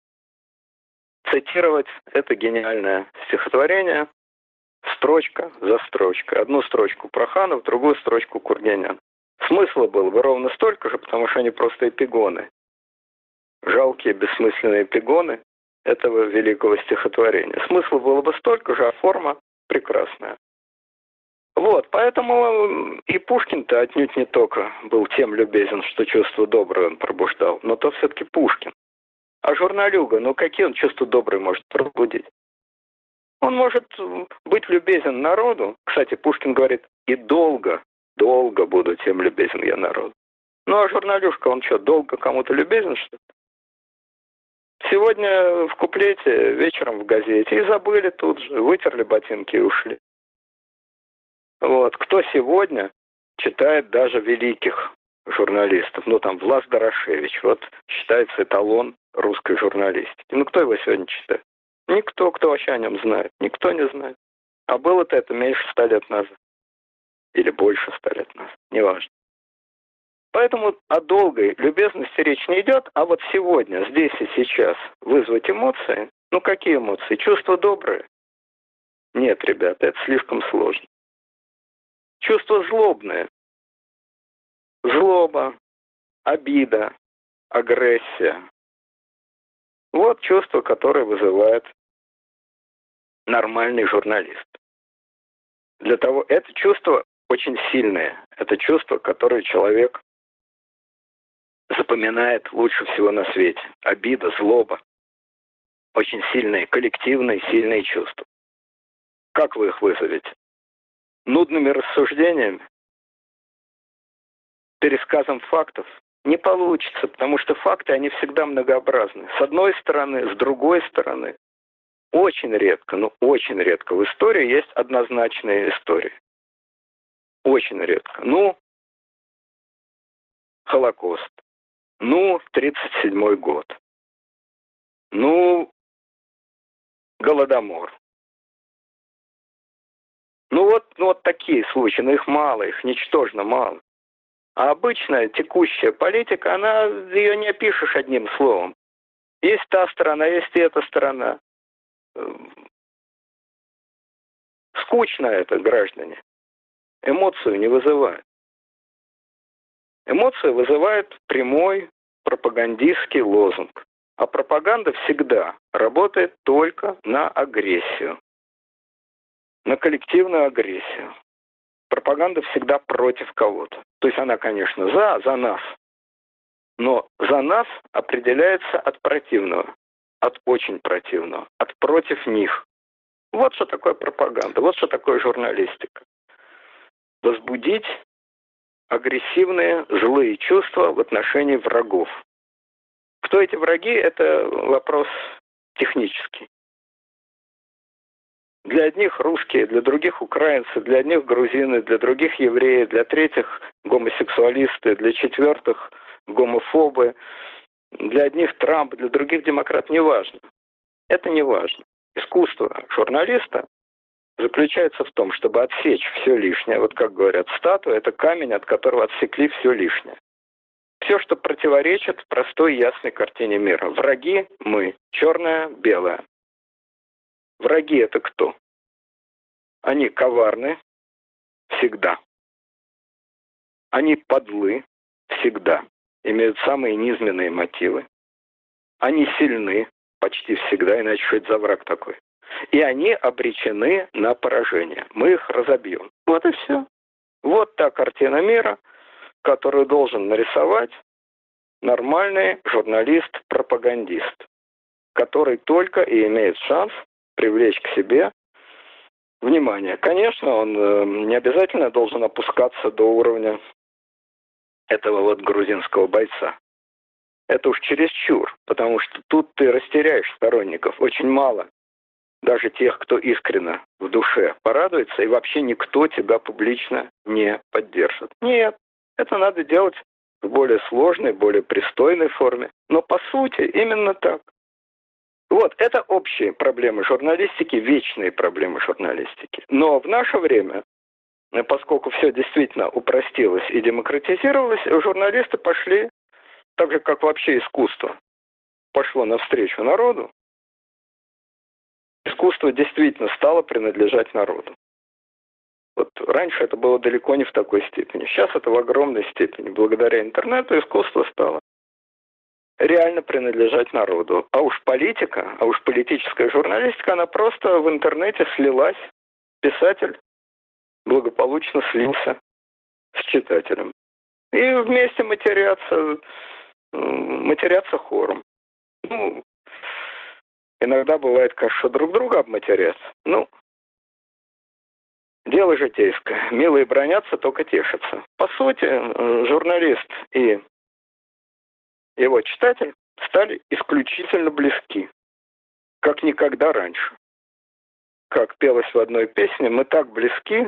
цитировать это гениальное стихотворение строчка за строчкой. Одну строчку Проханов, другую строчку Кургинян. Смысла было бы ровно столько же, потому что они просто эпигоны. Жалкие, бессмысленные эпигоны этого великого стихотворения. Смысла было бы столько же, а форма прекрасная. Вот, поэтому и Пушкин-то отнюдь не только был тем любезен, что чувство доброе он пробуждал, но то все-таки Пушкин. А журналюга, ну какие он чувства добрые может пробудить? Он может быть любезен народу. Кстати, Пушкин говорит, и долго, долго буду тем любезен я народу. Ну, а журналюшка, он что, долго кому-то любезен, что ли? Сегодня в куплете, вечером в газете. И забыли тут же, вытерли ботинки и ушли. Вот. Кто сегодня читает даже великих журналистов? Ну, там, Влас Дорошевич. Вот считается эталон русской журналистики. Ну, кто его сегодня читает? Никто, кто вообще о нем знает. Никто не знает. А было-то это меньше ста лет назад. Или больше ста лет назад. Неважно. Поэтому о долгой любезности речь не идет, а вот сегодня, здесь и сейчас вызвать эмоции. Ну, какие эмоции? Чувства добрые? Нет, ребята, это слишком сложно. Чувства злобные. Злоба, обида, агрессия. Вот чувство, которое вызывает нормальный журналист. Для того, это чувство очень сильное. Это чувство, которое человек запоминает лучше всего на свете. Обида, злоба. Очень сильные, коллективные, сильные чувства. Как вы их вызовете? Нудными рассуждениями? Пересказом фактов? Не получится, потому что факты, они всегда многообразны. С одной стороны, с другой стороны. Очень редко, ну очень редко в истории есть однозначные истории. Очень редко. Ну, Холокост. Ну, тридцать седьмой год. Ну, Голодомор. Ну вот, ну вот такие случаи, но их мало, их ничтожно мало. А обычная текущая политика, она, ее не опишешь одним словом. Есть та сторона, есть и эта сторона. Скучно это, граждане. Эмоцию не вызывает. Эмоцию вызывает прямой пропагандистский лозунг. А пропаганда всегда работает только на агрессию. На коллективную агрессию. Пропаганда всегда против кого-то. То есть она, конечно, за, за нас. Но за нас определяется от противного. От очень противного. От против них. Вот что такое пропаганда. Вот что такое журналистика. Возбудить агрессивные, злые чувства в отношении врагов. Кто эти враги, это вопрос технический. Для одних русские, для других украинцы, для одних грузины, для других евреи, для третьих гомосексуалисты, для четвертых гомофобы, для одних Трамп, для других демократ. Неважно. Это не важно. Искусство журналиста заключается в том, чтобы отсечь все лишнее. Вот как говорят, статуя – это камень, от которого отсекли все лишнее. Все, что противоречит простой ясной картине мира. Враги – мы. Черное, белое. Враги – это кто? Они коварны всегда. Они подлы всегда. Имеют самые низменные мотивы. Они сильны почти всегда, иначе что это за враг такой? И они обречены на поражение. Мы их разобьем. Вот и все. Вот та картина мира, которую должен нарисовать нормальный журналист-пропагандист, который только и имеет шанс привлечь к себе внимание. Конечно, он э, не обязательно должен опускаться до уровня этого вот грузинского бойца. Это уж чересчур, потому что тут ты растеряешь сторонников. Очень мало. Даже тех, кто искренне в душе порадуется, и вообще никто тебя публично не поддержит. Нет, это надо делать в более сложной, более пристойной форме. Но по сути именно так. Вот, это общие проблемы журналистики, вечные проблемы журналистики. Но в наше время, поскольку все действительно упростилось и демократизировалось, журналисты пошли, так же как вообще искусство, пошло навстречу народу. Искусство действительно стало принадлежать народу. Вот раньше это было далеко не в такой степени. Сейчас это в огромной степени. Благодаря интернету искусство стало реально принадлежать народу. А уж политика, а уж политическая журналистика, она просто в интернете слилась. Писатель благополучно слился с читателем. И вместе матерятся, матерятся хором. Ну, Иногда бывает, конечно, что друг друга обматерят. Ну, дело житейское. Милые бронятся, только тешатся. По сути, журналист и его читатель стали исключительно близки, как никогда раньше. Как пелось в одной песне, мы так близки,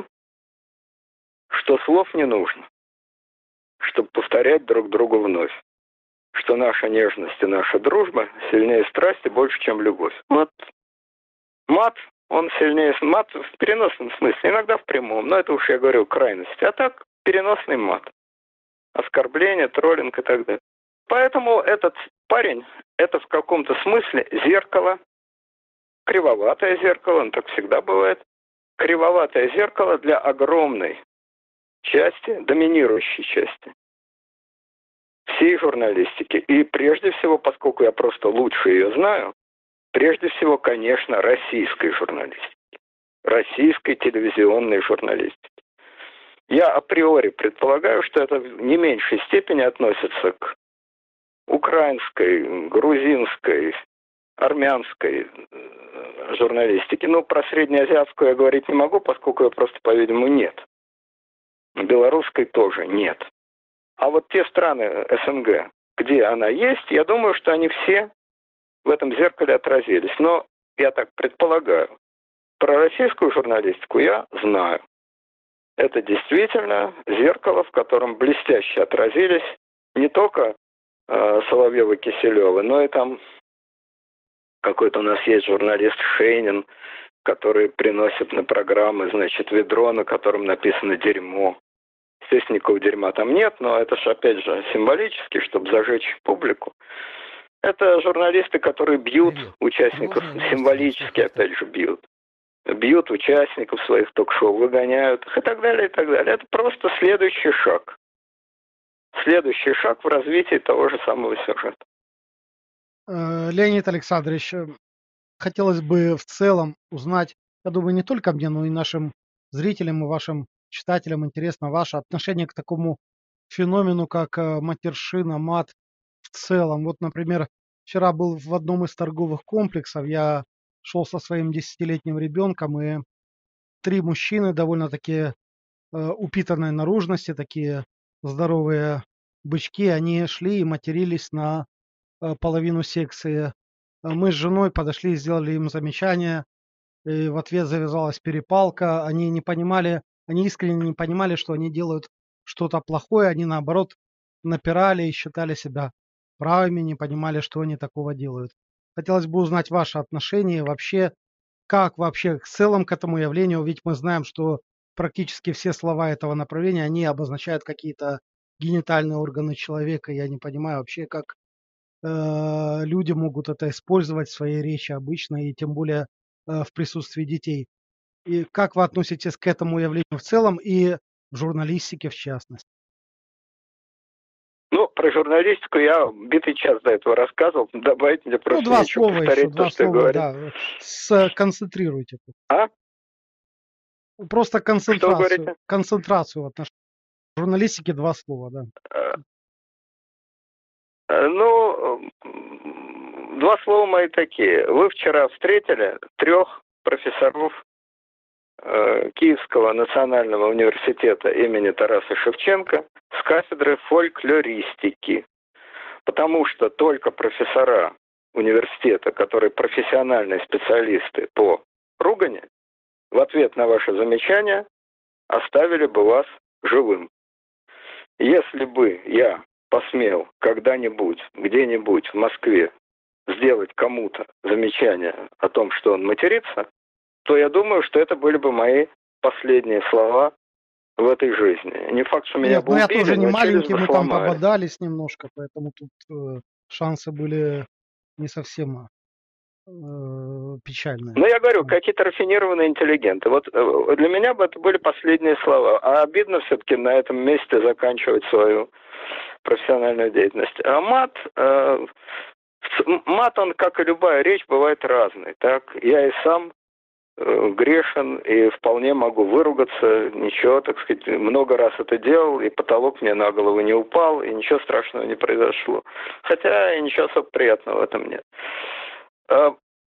что слов не нужно, чтобы повторять друг другу вновь, что наша нежность и наша дружба сильнее страсти больше, чем любовь. Вот мат, он сильнее, мат в переносном смысле, иногда в прямом, но это уж я говорю крайности, а так переносный мат, оскорбление, троллинг и так далее. Поэтому этот парень, это в каком-то смысле зеркало, кривоватое зеркало, он так всегда бывает, кривоватое зеркало для огромной части, доминирующей части всей журналистики. И прежде всего, поскольку я просто лучше ее знаю, прежде всего, конечно, российской журналистики, российской телевизионной журналистики. Я априори предполагаю, что это в не меньшей степени относится к украинской, грузинской, армянской журналистике. Но про среднеазиатскую я говорить не могу, поскольку ее просто, по-видимому, нет. Белорусской тоже нет. А вот те страны СНГ, где она есть, я думаю, что они все в этом зеркале отразились. Но я так предполагаю, про российскую журналистику я знаю. Это действительно зеркало, в котором блестяще отразились не только э, Соловьев и Киселева, но и там какой-то у нас есть журналист Шейнин, который приносит на программы, значит, ведро, на котором написано «дерьмо». Естественно, никакого дерьма там нет, но это же, опять же, символически, чтобы зажечь публику. Это журналисты, которые бьют Привет. участников, Можно символически, опять же, бьют. Бьют участников своих ток-шоу, выгоняют их и так далее, и так далее. Это просто следующий шаг. Следующий шаг в развитии того же самого сюжета. Леонид Александрович, хотелось бы в целом узнать, я думаю, не только мне, но и нашим зрителям и вашим читателям интересно ваше отношение к такому феномену, как матершина, мат в целом. Вот, например, вчера был в одном из торговых комплексов, я шел со своим десятилетним ребенком, и три мужчины довольно-таки э, упитанной наружности, такие здоровые бычки, они шли и матерились на э, половину секции. Мы с женой подошли и сделали им замечание, и в ответ завязалась перепалка. Они не понимали, они искренне не понимали, что они делают что-то плохое, они наоборот напирали и считали себя правыми, не понимали, что они такого делают. Хотелось бы узнать ваше отношение вообще, как вообще в целом к этому явлению, ведь мы знаем, что практически все слова этого направления, они обозначают какие-то генитальные органы человека. Я не понимаю вообще, как э, люди могут это использовать в своей речи обычно, и тем более э, в присутствии детей. И как вы относитесь к этому явлению в целом и в журналистике в частности? Ну, про журналистику я битый час до этого рассказывал. Добавить мне просто ну, два нечего слова повторить еще, то, два что слова, я да. Сконцентрируйте. А? Просто концентрацию. Что говорите? Концентрацию в отношении журналистики два слова, да. Ну, два слова мои такие. Вы вчера встретили трех профессоров э, Киевского национального университета имени Тараса Шевченко с кафедры фольклористики. Потому что только профессора университета, которые профессиональные специалисты по ругани, в ответ на ваше замечание оставили бы вас живым. Если бы я посмел когда-нибудь, где-нибудь в Москве сделать кому-то замечание о том, что он матерится, то я думаю, что это были бы мои последние слова в этой жизни. Не факт, что меня Нет, бы ну я убили, тоже не но маленький, бы мы там сломали. пободались немножко, поэтому тут э, шансы были не совсем э, печальные. Ну, я говорю, какие-то рафинированные интеллигенты. Вот э, для меня бы это были последние слова. А обидно все-таки на этом месте заканчивать свою профессиональную деятельность. А мат, э, мат, он, как и любая речь, бывает разный. Так? Я и сам э, грешен и вполне могу выругаться. Ничего, так сказать, много раз это делал, и потолок мне на голову не упал, и ничего страшного не произошло. Хотя и ничего особо приятного в этом нет.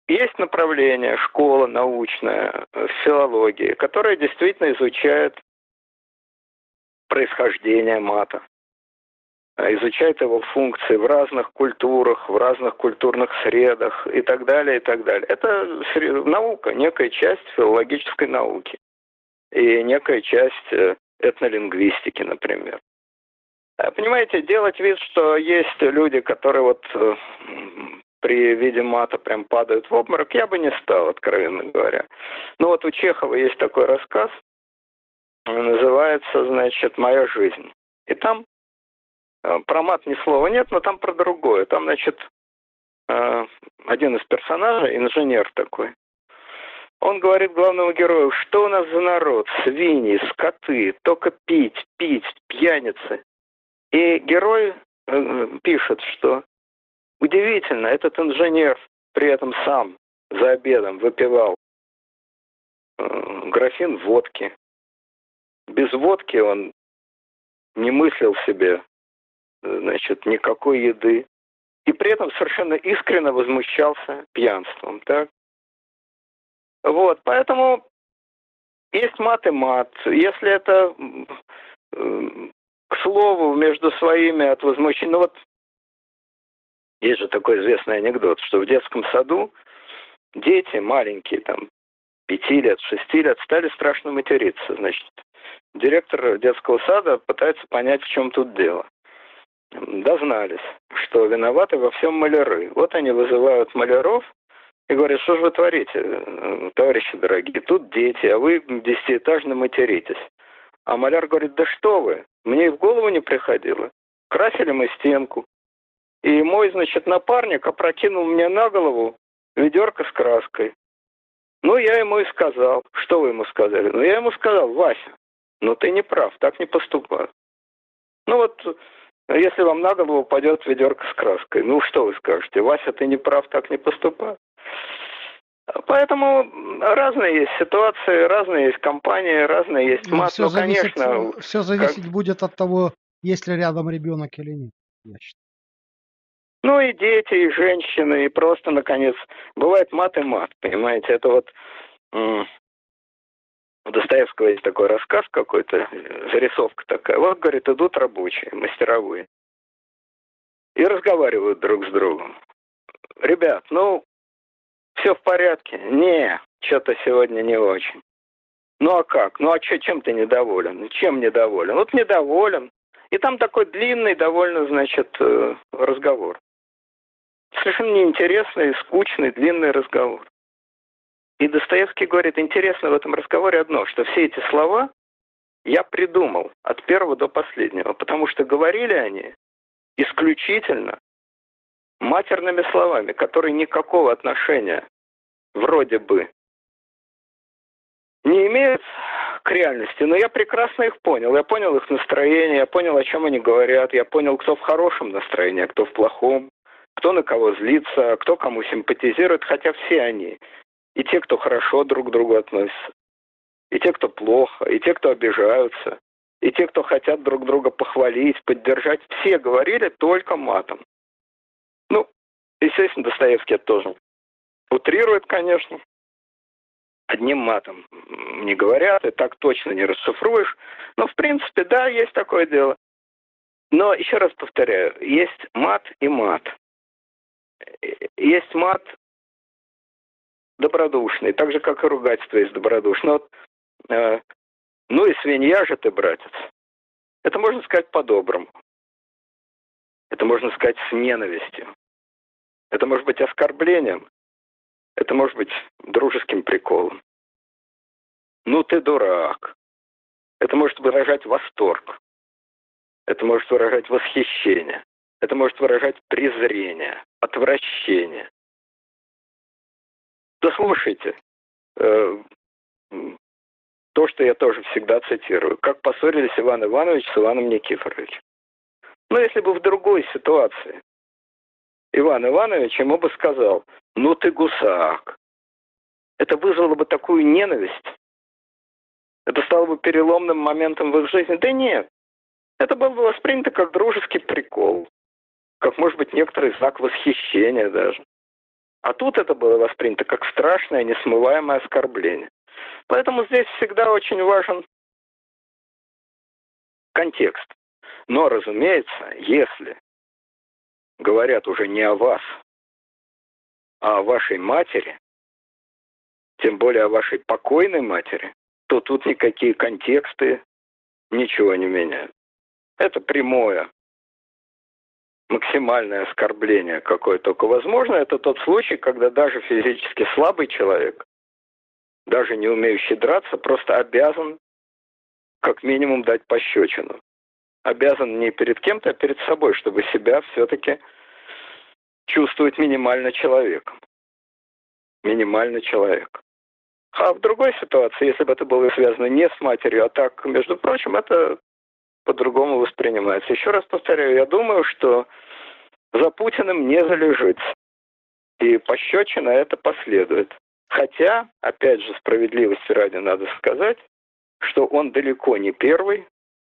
есть направление, школа научная, филология, которая действительно изучает происхождение мата, изучает его функции в разных культурах, в разных культурных средах и так далее, и так далее. Это наука, некая часть филологической науки и некая часть этнолингвистики, например. Понимаете, делать вид, что есть люди, которые вот при виде мата прям падают в обморок, я бы не стал, откровенно говоря. Но вот у Чехова есть такой рассказ, называется, значит, «Моя жизнь». И там про мат ни слова нет, но там про другое. Там, значит, один из персонажей, инженер такой, он говорит главному герою: что у нас за народ, свиньи, скоты, только пить, пить, пьяницы. И герой пишет, что удивительно, этот инженер при этом сам за обедом выпивал графин водки. Без водки он не мыслил себе, значит, никакой еды. И при этом совершенно искренне возмущался пьянством, так? Вот, поэтому есть мат и мат. Если это, к слову, между своими от возмущения... Ну вот, есть же такой известный анекдот, что в детском саду дети маленькие, там, пяти лет, шести лет, стали страшно материться. Значит, директор детского сада пытается понять, в чем тут дело. Дознались, что виноваты во всем маляры. Вот они вызывают маляров и говорят: что же вы творите, товарищи дорогие, тут дети, а вы десятиэтажно материтесь. А маляр говорит: да что вы, мне и в голову не приходило. Красили мы стенку, и мой, значит, напарник опрокинул мне на голову ведерко с краской. Ну, я ему и сказал. Что вы ему сказали? Ну, я ему сказал: Вася, ну ты не прав, так не поступай. Ну вот, если вам на голову упадет ведерко с краской, ну что вы скажете? Вася, ты не прав, так не поступай. Поэтому разные есть ситуации, разные есть компании, разные есть мат. Все но, зависит, конечно, все зависит как... будет от того, есть ли рядом ребенок или нет, я считаю. Ну и дети, и женщины, и просто, наконец, бывает мат и мат, понимаете, это вот... У Достоевского есть такой рассказ какой-то, зарисовка такая. Вот, говорит, идут рабочие, мастеровые, и разговаривают друг с другом. Ребят, ну, все в порядке? Не, что-то сегодня не очень. Ну, а как? Ну, а чё, чем ты недоволен? Чем недоволен? Вот недоволен. И там такой длинный, довольно, значит, разговор. Совершенно неинтересный, скучный, длинный разговор. И Достоевский говорит: интересно в этом разговоре одно, что все эти слова я придумал от первого до последнего, потому что говорили они исключительно матерными словами, которые никакого отношения вроде бы не имеют к реальности, но я прекрасно их понял. Я понял их настроение, я понял, о чем они говорят, я понял, кто в хорошем настроении, а кто в плохом, кто на кого злится, кто кому симпатизирует, хотя все они. И те, кто хорошо друг к другу относятся, и те, кто плохо, и те, кто обижаются, и те, кто хотят друг друга похвалить, поддержать, все говорили только матом. Ну, естественно, Достоевский это тоже утрирует, конечно. Одним матом не говорят, и так точно не расшифруешь. Но, в принципе, да, есть такое дело. Но, еще раз повторяю, есть мат и мат. Есть мат добродушный, так же, как и ругательство есть добродушное. Вот, э, ну и свинья же ты, братец. Это можно сказать по-доброму. Это можно сказать с ненавистью. Это может быть оскорблением. Это может быть дружеским приколом. Ну ты дурак. Это может выражать восторг. Это может выражать восхищение. Это может выражать презрение, отвращение. Да слушайте, э, то, что я тоже всегда цитирую. Как поссорились Иван Иванович с Иваном Никифоровичем. Но если бы в другой ситуации Иван Иванович ему бы сказал: ну ты гусак. Это вызвало бы такую ненависть. Это стало бы переломным моментом в их жизни. Да нет. Это было бы воспринято как дружеский прикол. Как, может быть, некоторый знак восхищения даже. А тут это было воспринято как страшное, несмываемое оскорбление. Поэтому здесь всегда очень важен контекст. Но, разумеется, если говорят уже не о вас, а о вашей матери, тем более о вашей покойной матери, то тут никакие контексты ничего не меняют. Это прямое, максимальное оскорбление, какое только возможно. Это тот случай, когда даже физически слабый человек, даже не умеющий драться, просто обязан как минимум дать пощечину. Обязан не перед кем-то, а перед собой, чтобы себя все-таки чувствовать минимально человеком. Минимально человек. А в другой ситуации, если бы это было связано не с матерью, а так, между прочим, это по-другому воспринимается. Еще раз повторяю, я думаю, что за Путиным не залежится. И пощечина это последует. Хотя, опять же, справедливости ради надо сказать, что он далеко не первый,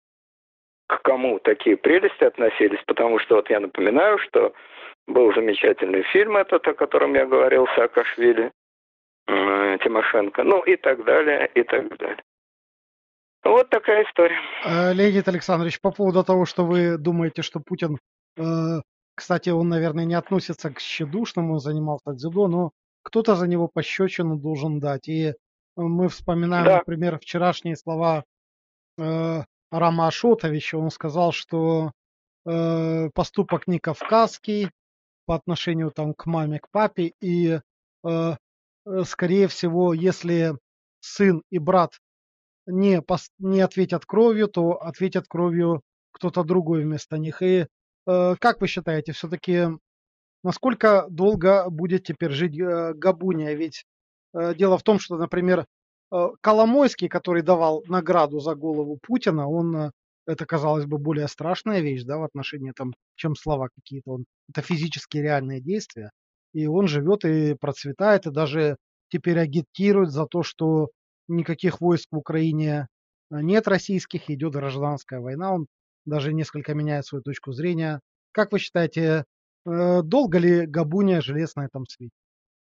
к кому такие прелести относились, потому что вот я напоминаю, что был замечательный фильм этот, о котором я говорил, Саакашвили, э, Тимошенко, ну и так далее, и так далее. Вот такая история. Леонид Александрович, по поводу того, что вы думаете, что Путин, э, кстати, он, наверное, не относится к тщедушному, он занимался дзюдо, но кто-то за него пощечину должен дать. И мы вспоминаем, Да. например, вчерашние слова э, Рама Ашотовича. Он сказал, что э, поступок не кавказский по отношению там, к маме, к папе. И, э, скорее всего, если сын и брат не, пос, не ответят кровью, то ответят кровью кто-то другой вместо них. И э, как вы считаете, все-таки насколько долго будет теперь жить э, Габуния? Ведь э, дело в том, что, например, э, Коломойский, который давал награду за голову Путина, он, э, это, казалось бы, более страшная вещь, да, в отношении, там, чем слова какие-то. Он, это физические реальные действия. И он живет и процветает, и даже теперь агитирует за то, что никаких войск в Украине нет российских, идет гражданская война. Он даже несколько меняет свою точку зрения. Как вы считаете, э, долго ли Габуния жилец на этом свете?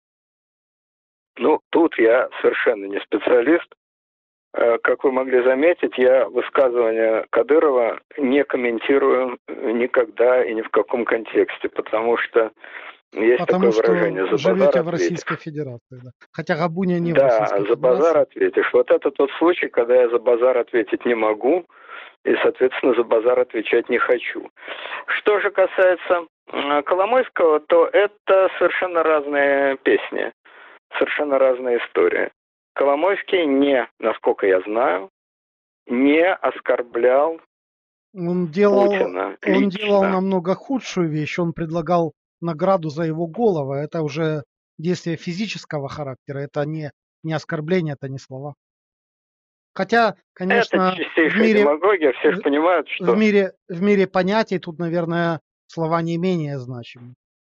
Ну, тут я совершенно не специалист. Как вы могли заметить, я высказывания Кадырова не комментирую никогда и ни в каком контексте, потому что есть Потому такое выражение «за что базар живете в ответишь». Российской Федерации, да. Хотя Габуния не в Да, Российской за базар Федерации. ответишь. Вот это тот случай, когда я за базар ответить не могу, и, соответственно, за базар отвечать не хочу. Что же касается Коломойского, то это совершенно разные песни, совершенно разная история. Коломойский не, насколько я знаю, не оскорблял Он делал, Путина он лично. делал намного худшую вещь. Он предлагал награду за его голову. Это уже действие физического характера. Это не, не оскорбление, это не слова. Хотя, конечно, Это в чистейшая мире, демагогия. Все же понимают, что... в мире, в мире понятий тут, наверное, слова не менее значимы.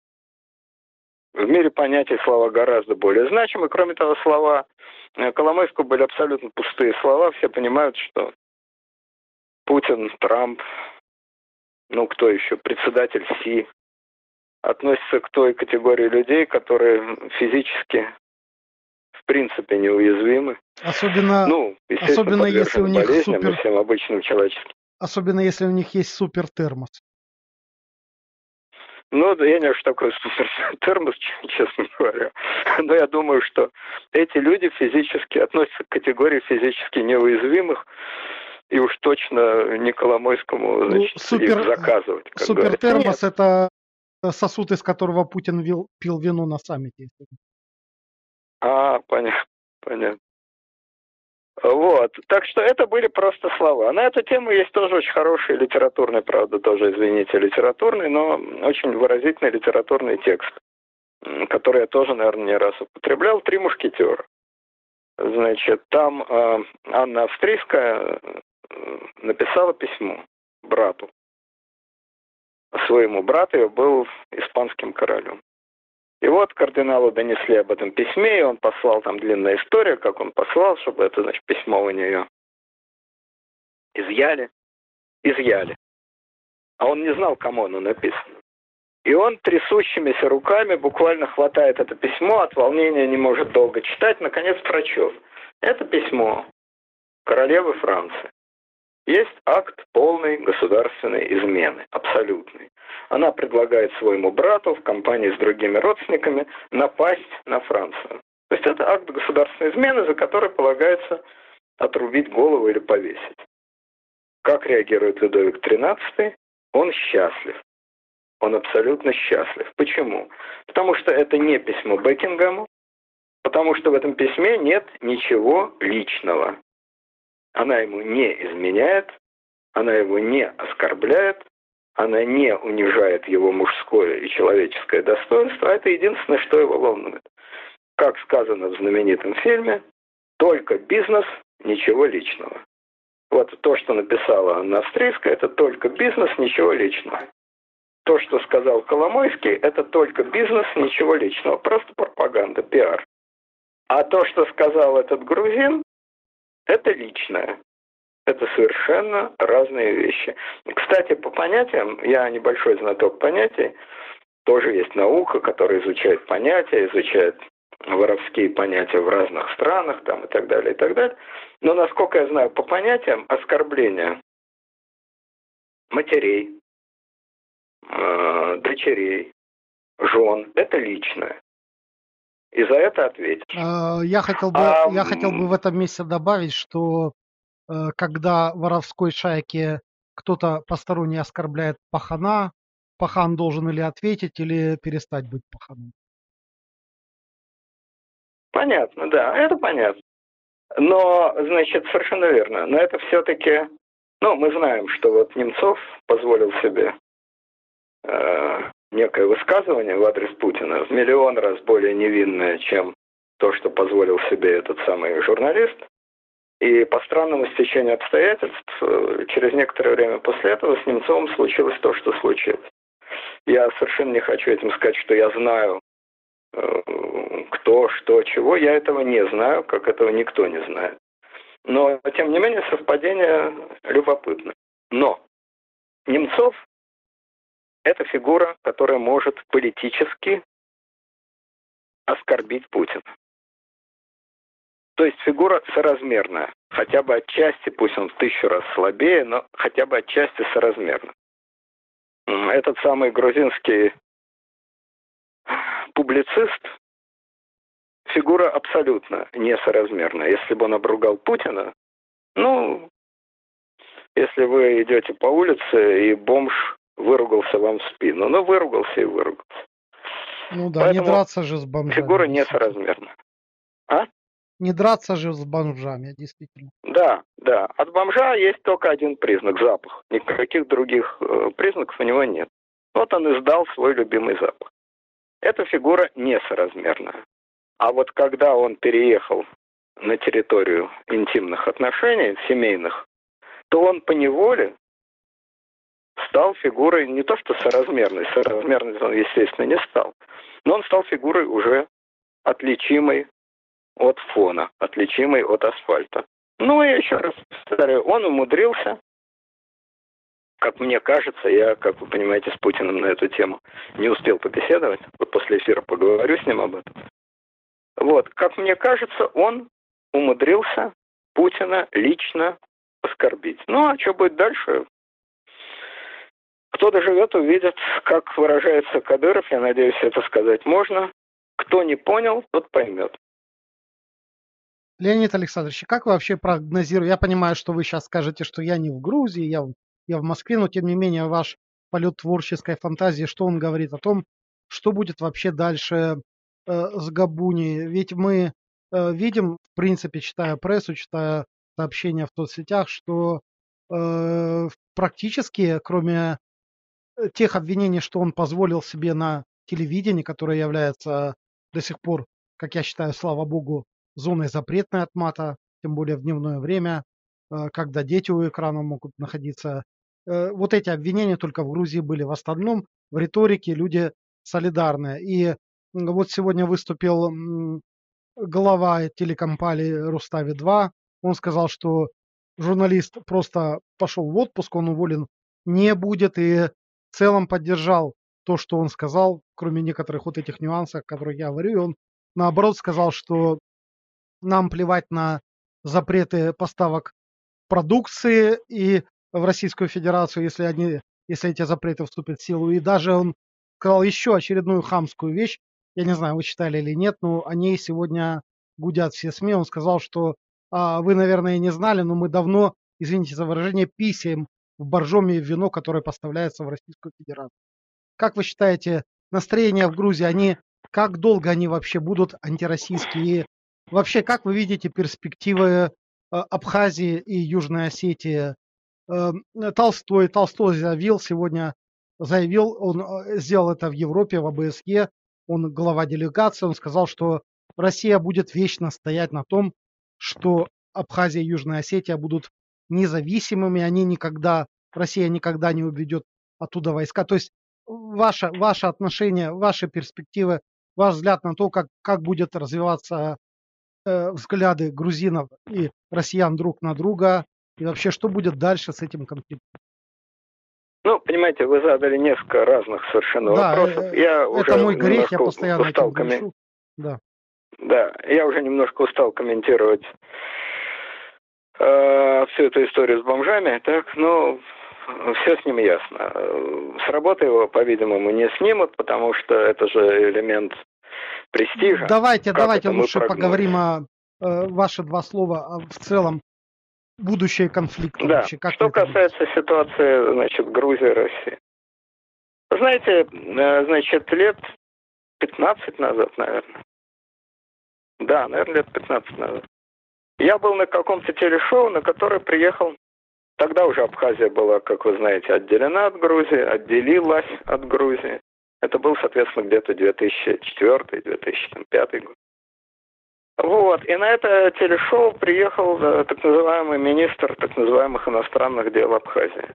В мире понятий слова гораздо более значимы. Кроме того, слова Коломойского были абсолютно пустые слова. Все понимают, что Путин, Трамп, ну кто еще, председатель Си, относится к той категории людей, которые физически в принципе неуязвимы. Особенно, ну, особенно если у них болезням супер, и всем обычным человеческим. особенно если у них есть супер термос. Ну, да, я не знаю, что такое супер термос, честно говоря. Но я думаю, что эти люди физически относятся к категории физически неуязвимых, и уж точно не Коломойскому, значит, ну, супер, их заказывать. Супер термос — это сосуд, из которого Путин вил, пил вино на саммите. А, понятно, понятно. Вот, так что это были просто слова. На эту тему есть тоже очень хороший литературный, правда, тоже, извините, литературный, но очень выразительный литературный текст, который я тоже, наверное, не раз употреблял. «Три мушкетера». Значит, там э, Анна Австрийская написала письмо брату. Своему брату, я был испанским королем. И вот кардиналу донесли об этом письме, и он послал, там длинная история, как он послал, чтобы это, значит, письмо у нее изъяли. Изъяли. А он не знал, кому оно написано. И он трясущимися руками буквально хватает это письмо, от волнения не может долго читать, наконец прочел. Это письмо королевы Франции. Есть акт полной государственной измены, абсолютной. Она предлагает своему брату в компании с другими родственниками напасть на Францию. То есть это акт государственной измены, за который полагается отрубить голову или повесить. Как реагирует Людовик тринадцатый? Он счастлив. Он абсолютно счастлив. Почему? Потому что это не письмо Бекингему, потому что в этом письме нет ничего личного. Она ему не изменяет, она его не оскорбляет, она не унижает его мужское и человеческое достоинство. Это единственное, что его волнует. Как сказано в знаменитом фильме, только бизнес, ничего личного. Вот то, что написала Анна Австрийская, это только бизнес, ничего личного. То, что сказал Коломойский, это только бизнес, ничего личного. Просто пропаганда, пиар. А то, что сказал этот грузин, это личное. Это совершенно разные вещи. Кстати, по понятиям, я небольшой знаток понятий, тоже есть наука, которая изучает понятия, изучает воровские понятия в разных странах там, и так далее, и так далее. Но, насколько я знаю, по понятиям оскорбления матерей, э, дочерей, жен – это личное. И за это ответишь. Я хотел бы, А, я хотел бы в этом месте добавить, что э, когда в воровской шайке кто-то посторонний оскорбляет пахана, пахан должен или ответить, или перестать быть паханом. Понятно, да, это понятно. Но, значит, совершенно верно. Но это все-таки, ну, мы знаем, что вот Немцов позволил себе э, некое высказывание в адрес Путина в миллион раз более невинное, чем то, что позволил себе этот самый журналист. И по странному стечению обстоятельств, через некоторое время после этого с Немцовым случилось то, что случилось. Я совершенно не хочу этим сказать, что я знаю, кто, что, чего. Я этого не знаю, как этого никто не знает. Но, тем не менее, совпадение любопытно. Но Немцов – это фигура, которая может политически оскорбить Путина. То есть фигура соразмерная. Хотя бы отчасти, пусть он в тысячу раз слабее, но хотя бы отчасти соразмерна. Этот самый грузинский публицист – фигура абсолютно несоразмерная. Если бы он обругал Путина, ну, если вы идете по улице, и бомж выругался вам в спину, ну, выругался и выругался. Ну да, Поэтому не драться же с бомжами. фигура несоразмерна. А? Не драться же с бомжами, действительно. Да, да. От бомжа есть только один признак – запах. Никаких других э, признаков у него нет. Вот он издал свой любимый запах. Эта фигура несоразмерная. А вот когда он переехал на территорию интимных отношений, семейных, то он поневоле стал фигурой не то что соразмерной, соразмерной он, естественно, не стал, но он стал фигурой уже отличимой от фона, отличимой от асфальта. Ну и еще раз повторяю, он умудрился, как мне кажется, я, как вы понимаете, с Путиным на эту тему не успел побеседовать, вот после эфира поговорю с ним об этом. Вот, как мне кажется, он умудрился Путина лично оскорбить. Ну, а что будет дальше? Кто доживет, увидит, как выражается Кадыров, я надеюсь, это сказать можно. Кто не понял, тот поймет. Леонид Александрович, как вы вообще прогнозируете? Я понимаю, что вы сейчас скажете, что я не в Грузии, я, я в Москве, но тем не менее ваш полет творческой фантазии, что он говорит о том, что будет вообще дальше э, с Габуни? Ведь мы э, видим, в принципе, читая прессу, читая сообщения в соцсетях, что э, практически, кроме тех обвинений, что он позволил себе на телевидении, которое является до сих пор, как я считаю, слава богу, зоной запретной от мата, тем более в дневное время, когда дети у экрана могут находиться. Вот эти обвинения только в Грузии были. В остальном в риторике люди солидарны. И вот сегодня выступил глава телекомпании Рустави два. Он сказал, что журналист просто пошел в отпуск, он уволен не будет, и в целом поддержал то, что он сказал, кроме некоторых вот этих нюансов, о которых я говорю, он наоборот сказал, что нам плевать на запреты поставок продукции и в Российскую Федерацию, если они, если эти запреты вступят в силу. И даже он сказал еще очередную хамскую вещь. Я не знаю, вы читали или нет, но о ней сегодня гудят все СМИ. Он сказал, что а, вы, наверное, не знали, но мы давно, извините за выражение, писаем в боржоме вино, которое поставляется в Российскую Федерацию. Как вы считаете, настроения в Грузии, они как долго они вообще будут антироссийские? И вообще, как вы видите перспективы э, Абхазии и Южной Осетии? Э, Толстой, Толстой заявил сегодня, заявил, он э, сделал это в Европе, в ОБСЕ, он глава делегации, он сказал, что Россия будет вечно стоять на том, что Абхазия и Южная Осетия будут независимыми, они никогда, Россия никогда не уведет оттуда войска. То есть ваше, ваше отношение, ваши перспективы, ваш взгляд на то, как, как будет развиваться э, взгляды грузинов и россиян друг на друга, и вообще, что будет дальше с этим конфликтом? Ну, понимаете, вы задали несколько разных совершенно Да, вопросов. э, Я это уже мой грех, я немножко постоянно устал этим коммен- грешу. Да. Да, я уже немножко устал комментировать э, всю эту историю с бомжами. Так, ну, все с ним ясно. С работы его, по-видимому, не снимут, потому что это же элемент престижа. Давайте, Как давайте это мы лучше прогнулись? поговорим о э, ваши два слова о, в целом будущее конфликта Да, вообще. Как что вы это видите? касается ситуации, значит, Грузии и России. Знаете, э, значит, лет пятнадцать назад, наверное. Да, наверное, лет пятнадцать назад. Я был на каком-то телешоу, на которое приехал. Тогда уже Абхазия была, как вы знаете, отделена от Грузии, отделилась от Грузии. Это был, соответственно, где-то две тысячи четвёртый - две тысячи пятый год. Вот, и на это телешоу приехал э, так называемый министр так называемых иностранных дел Абхазии.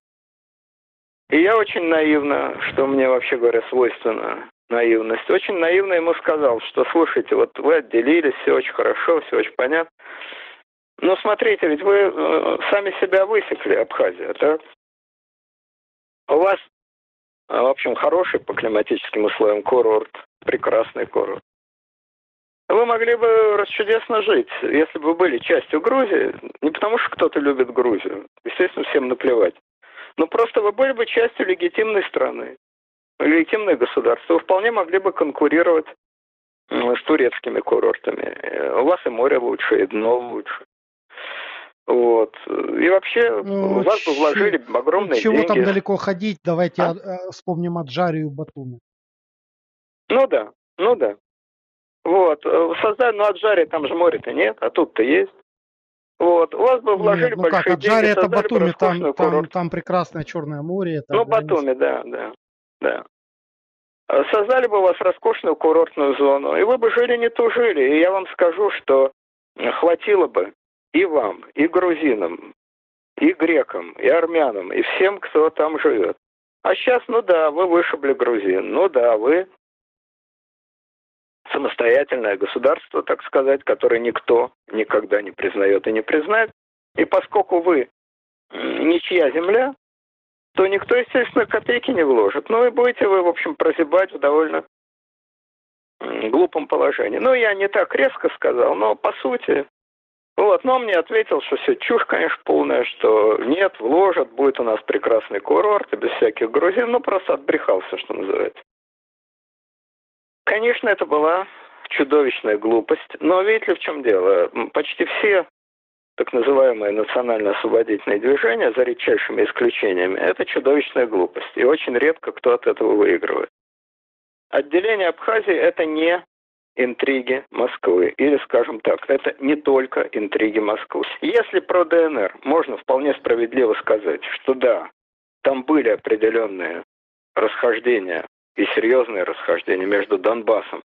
И я очень наивно, что мне, вообще говоря, свойственно наивность, очень наивно ему сказал, что, слушайте, вот вы отделились, все очень хорошо, все очень понятно. Но смотрите, ведь вы э, сами себя высекли, Абхазия, так? У вас, э, в общем, хороший по климатическим условиям курорт, прекрасный курорт. Вы могли бы расчудесно жить, если бы вы были частью Грузии, не потому что кто-то любит Грузию, естественно, всем наплевать, но просто вы были бы частью легитимной страны, легитимное государство, вы вполне могли бы конкурировать э, с турецкими курортами. Э, У вас и море лучше, и дно лучше. Вот. И вообще, Ну, в вас бы ч- вложили огромные чего там деньги. далеко ходить? Давайте А? а, а, вспомним Аджарию и Батуми. Ну да, ну да. Вот. э, Создать, ну, Аджаре там же моря-то нет, а тут-то есть. Вот. У вас бы вложили Нет, ну как, большие деньги, Аджария это создали бы Батуми, там, роскошную там, курорт. там прекрасное Черное море, это Ну, граница. Батуми, да, да, да. Э, Создали бы у вас роскошную курортную зону, и вы бы жили не тужили. И я вам скажу, что хватило бы и вам, и грузинам, и грекам, и армянам, и всем, кто там живет. А сейчас, ну да, вы вышибли грузин, ну да, вы самостоятельное государство, так сказать, которое никто никогда не признает и не признает. И поскольку вы ничья земля, то никто, естественно, копейки не вложит. Ну и будете вы, в общем, прозябать в довольно глупом положении. Ну, я не так резко сказал, но по сути. Вот, но он мне ответил, что все чушь, конечно, полная, что нет, вложат, будет у нас прекрасный курорт, и без всяких грузин, ну, просто отбрехался, что называется. Конечно, это была чудовищная глупость, но видите ли, в чем дело? Почти все так называемые национально-освободительные движения, за редчайшими исключениями, это чудовищная глупость, и очень редко кто от этого выигрывает. Отделение Абхазии – это не интриги Москвы. Или, скажем так, это не только интриги Москвы. Если про ДНР можно вполне справедливо сказать, что да, там были определенные расхождения и серьезные расхождения между Донбассом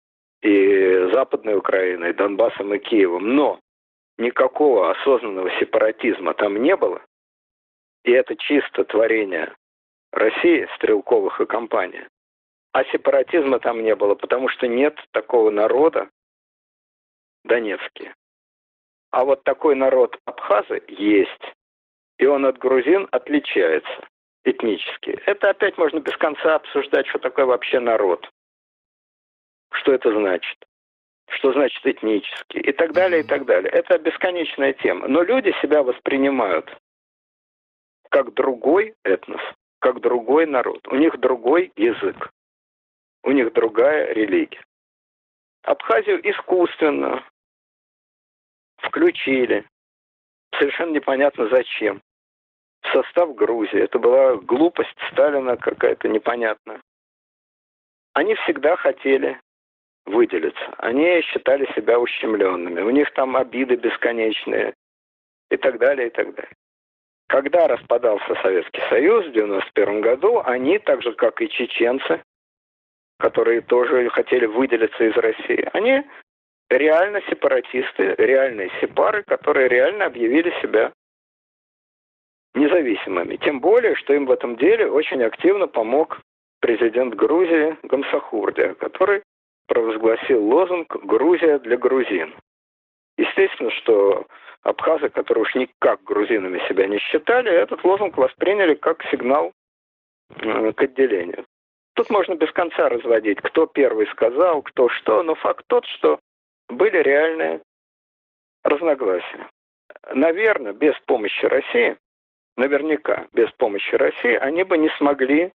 и Западной Украиной, Донбассом и Киевом, но никакого осознанного сепаратизма там не было, и это чисто творение России, Стрелковых и компании. А сепаратизма там не было, потому что нет такого народа донецкий. А вот такой народ абхазы есть. И он от грузин отличается. этнические. Это опять можно без конца обсуждать, что такое вообще народ. Что это значит? Что значит этнический? И так далее, и так далее. Это бесконечная тема. Но люди себя воспринимают как другой этнос, как другой народ. У них другой язык. У них другая религия. Абхазию искусственно включили. Совершенно непонятно зачем. В состав Грузии. Это была глупость Сталина какая-то непонятная. Они всегда хотели выделиться. Они считали себя ущемленными. У них там обиды бесконечные. И так далее, и так далее. Когда распадался Советский Союз в девяносто первом году, они, так же как и чеченцы, которые тоже хотели выделиться из России, они реально сепаратисты, реальные сепары, которые реально объявили себя независимыми. Тем более, что им в этом деле очень активно помог президент Грузии Гамсахурдия, который провозгласил лозунг «Грузия для грузин». Естественно, что абхазы, которые уж никак грузинами себя не считали, этот лозунг восприняли как сигнал э, к отделению. Тут можно без конца разводить, кто первый сказал, кто что, но факт тот, что были реальные разногласия. Наверное, без помощи России, наверняка без помощи России, они бы не смогли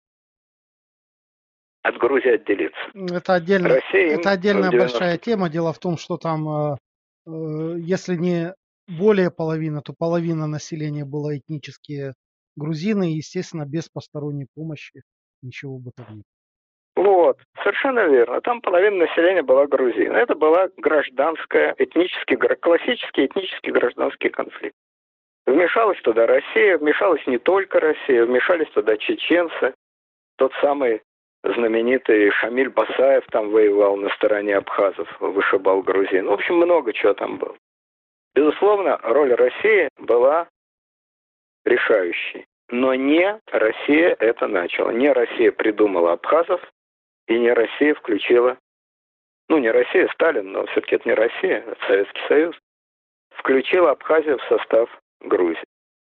от Грузии отделиться. Это, отдельно, Россия это отдельная девяносто... большая тема. Дело в том, что там, э, э, если не более половины, то половина населения было этнические грузины, и, естественно, без посторонней помощи ничего бы там нет. Вот, совершенно верно. Там половина населения была грузин. Это была гражданская, этнический, классический этнический гражданский конфликт. Вмешалась туда Россия, вмешалась не только Россия, вмешались туда чеченцы. Тот самый знаменитый Шамиль Басаев там воевал на стороне абхазов, вышибал грузин. В общем, много чего там было. Безусловно, роль России была решающей. Но не Россия это начала. Не Россия придумала абхазов, и не Россия включила, ну не Россия, Сталин, но все-таки это не Россия, это Советский Союз, включила Абхазию в состав Грузии.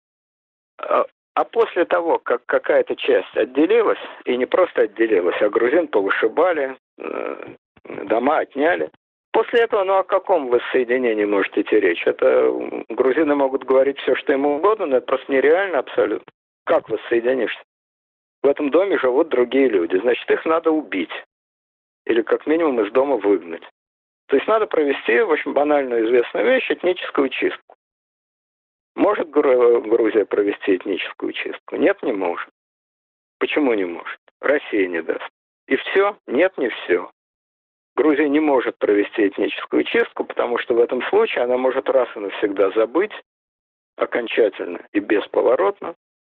А, а после того, как какая-то часть отделилась, и не просто отделилась, а грузин повышибали, э, дома отняли, после этого, ну о каком воссоединении может идти речь? Это грузины могут говорить все, что им угодно, но это просто нереально абсолютно. Как воссоединишься? В этом доме живут другие люди. Значит, их надо убить. Или как минимум из дома выгнать. То есть надо провести, в общем, банальную известную вещь, этническую чистку. Может Грузия провести этническую чистку? Нет, не может. Почему не может? Россия не даст. И все? Нет, не все. Грузия не может провести этническую чистку, потому что в этом случае она может раз и навсегда забыть окончательно и бесповоротно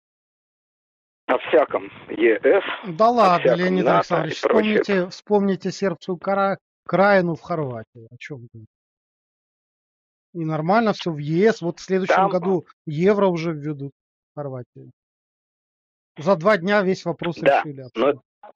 о всяком ЕС. Да ладно, Леонид НАТО Александрович, вспомните, вспомните сербскую кра... краину в Хорватии. О чем вы? И нормально все в ЕС. Вот в следующем Там... году евро уже введут в Хорватию. За два дня весь вопрос да, решили. Но...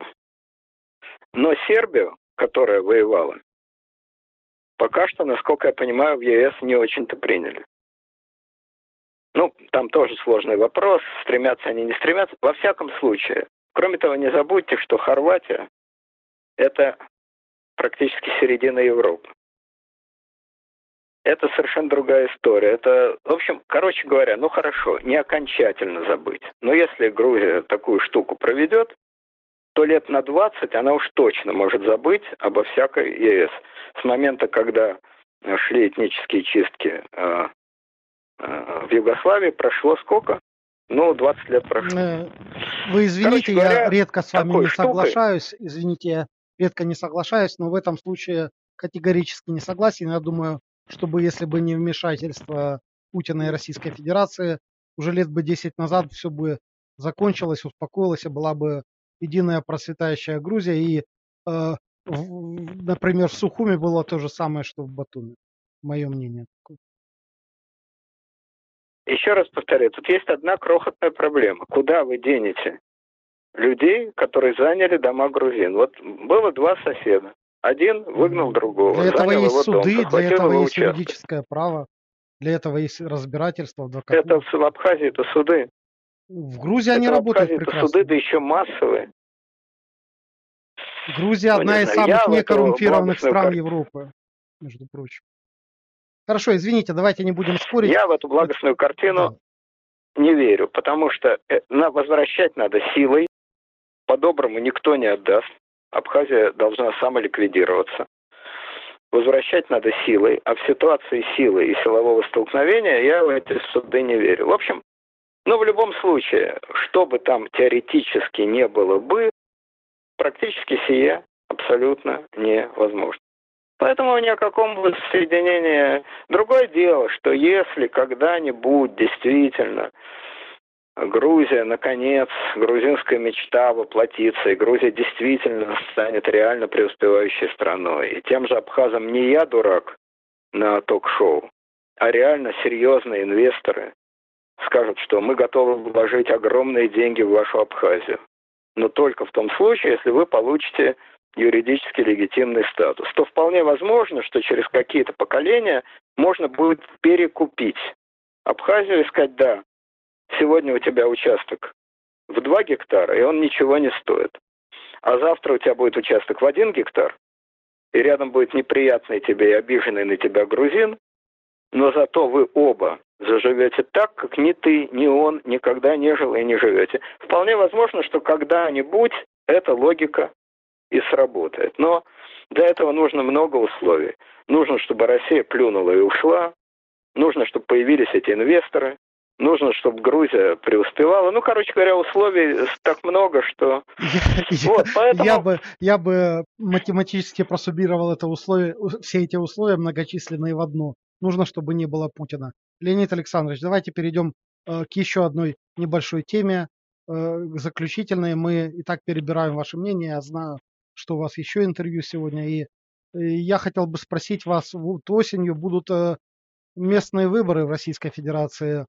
но Сербию, которая воевала, пока что, насколько я понимаю, в ЕС не очень-то приняли. Ну, там тоже сложный вопрос, стремятся они, не стремятся. Во всяком случае, кроме того, не забудьте, что Хорватия – это практически середина Европы. Это совершенно другая история. Это, в общем, короче говоря, ну хорошо, не окончательно забыть. Но если Грузия такую штуку проведет, то лет на двадцать она уж точно может забыть обо всякой ЕС. С момента, когда шли этнические чистки в Югославии, прошло сколько? Ну, двадцать лет прошло. Вы извините, говоря, я редко с вами не штукой... соглашаюсь. Извините, я редко не соглашаюсь, но в этом случае категорически не согласен. Я думаю, чтобы если бы не вмешательство Путина и Российской Федерации, уже лет бы десять назад все бы закончилось, успокоилось, и была бы единая процветающая Грузия. И, э, в, например, в Сухуми было то же самое, что в Батуми. Мое мнение. Еще раз повторяю, тут есть одна крохотная проблема. Куда вы денете людей, которые заняли дома грузин? Вот было два соседа. Один выгнал другого. Для этого занял есть его суды, дом, для этого есть участок. юридическое право, для этого есть разбирательство. Адвокатура. Это в Абхазии, это суды. В Грузии они Это в работают Абхазии-то прекрасно. суды, да еще массовые. Грузия Ну, одна не из знаю, самых я в эту некоррумпированных благостную стран кар- Европы, между прочим. Хорошо, извините, давайте не будем спорить. Я в эту благостную Это- картину да. не верю, потому что э, на возвращать надо силой, по-доброму никто не отдаст. Абхазия должна самоликвидироваться. Возвращать надо силой, а в ситуации силы и силового столкновения я в эти суды не верю. В общем, ну, в любом случае, что бы там теоретически не было бы, практически сие абсолютно невозможно. Поэтому ни о каком воссоединении. Другое дело, что если когда-нибудь действительно Грузия, наконец, грузинская мечта воплотится, и Грузия действительно станет реально преуспевающей страной. И тем же абхазам не я дурак на ток-шоу, а реально серьезные инвесторы скажут, что мы готовы вложить огромные деньги в вашу Абхазию. Но только в том случае, если вы получите юридически легитимный статус, то вполне возможно, что через какие-то поколения можно будет перекупить Абхазию и сказать, да, сегодня у тебя участок в два гектара, и он ничего не стоит. А завтра у тебя будет участок в один гектар, и рядом будет неприятный тебе и обиженный на тебя грузин, но зато вы оба заживете так, как ни ты, ни он никогда не жил и не живете. Вполне возможно, что когда-нибудь эта логика и сработает. Но для этого нужно много условий. Нужно, чтобы Россия плюнула и ушла. Нужно, чтобы появились эти инвесторы. Нужно, чтобы Грузия преуспевала. Ну, короче говоря, условий так много, что... Я, вот, поэтому... я, бы, я бы математически просуммировал это условие, все эти условия многочисленные в одно. Нужно, чтобы не было Путина. Леонид Александрович, давайте перейдем э, к еще одной небольшой теме, э, заключительной. Мы и так перебираем ваше мнение. Я знаю, что у вас еще интервью сегодня. И, и я хотел бы спросить вас, вот осенью будут э, местные выборы в Российской Федерации.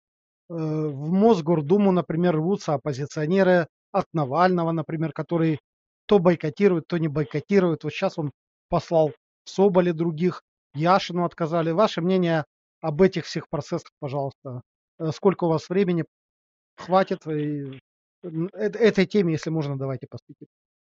В Мосгордуму, например, рвутся оппозиционеры от Навального, например, который то бойкотирует, то не бойкотирует. Вот сейчас он послал Соболя, других, Яшину отказали. Ваше мнение об этих всех процессах, пожалуйста. Сколько у вас времени хватит? И этой теме, если можно, давайте посвятим.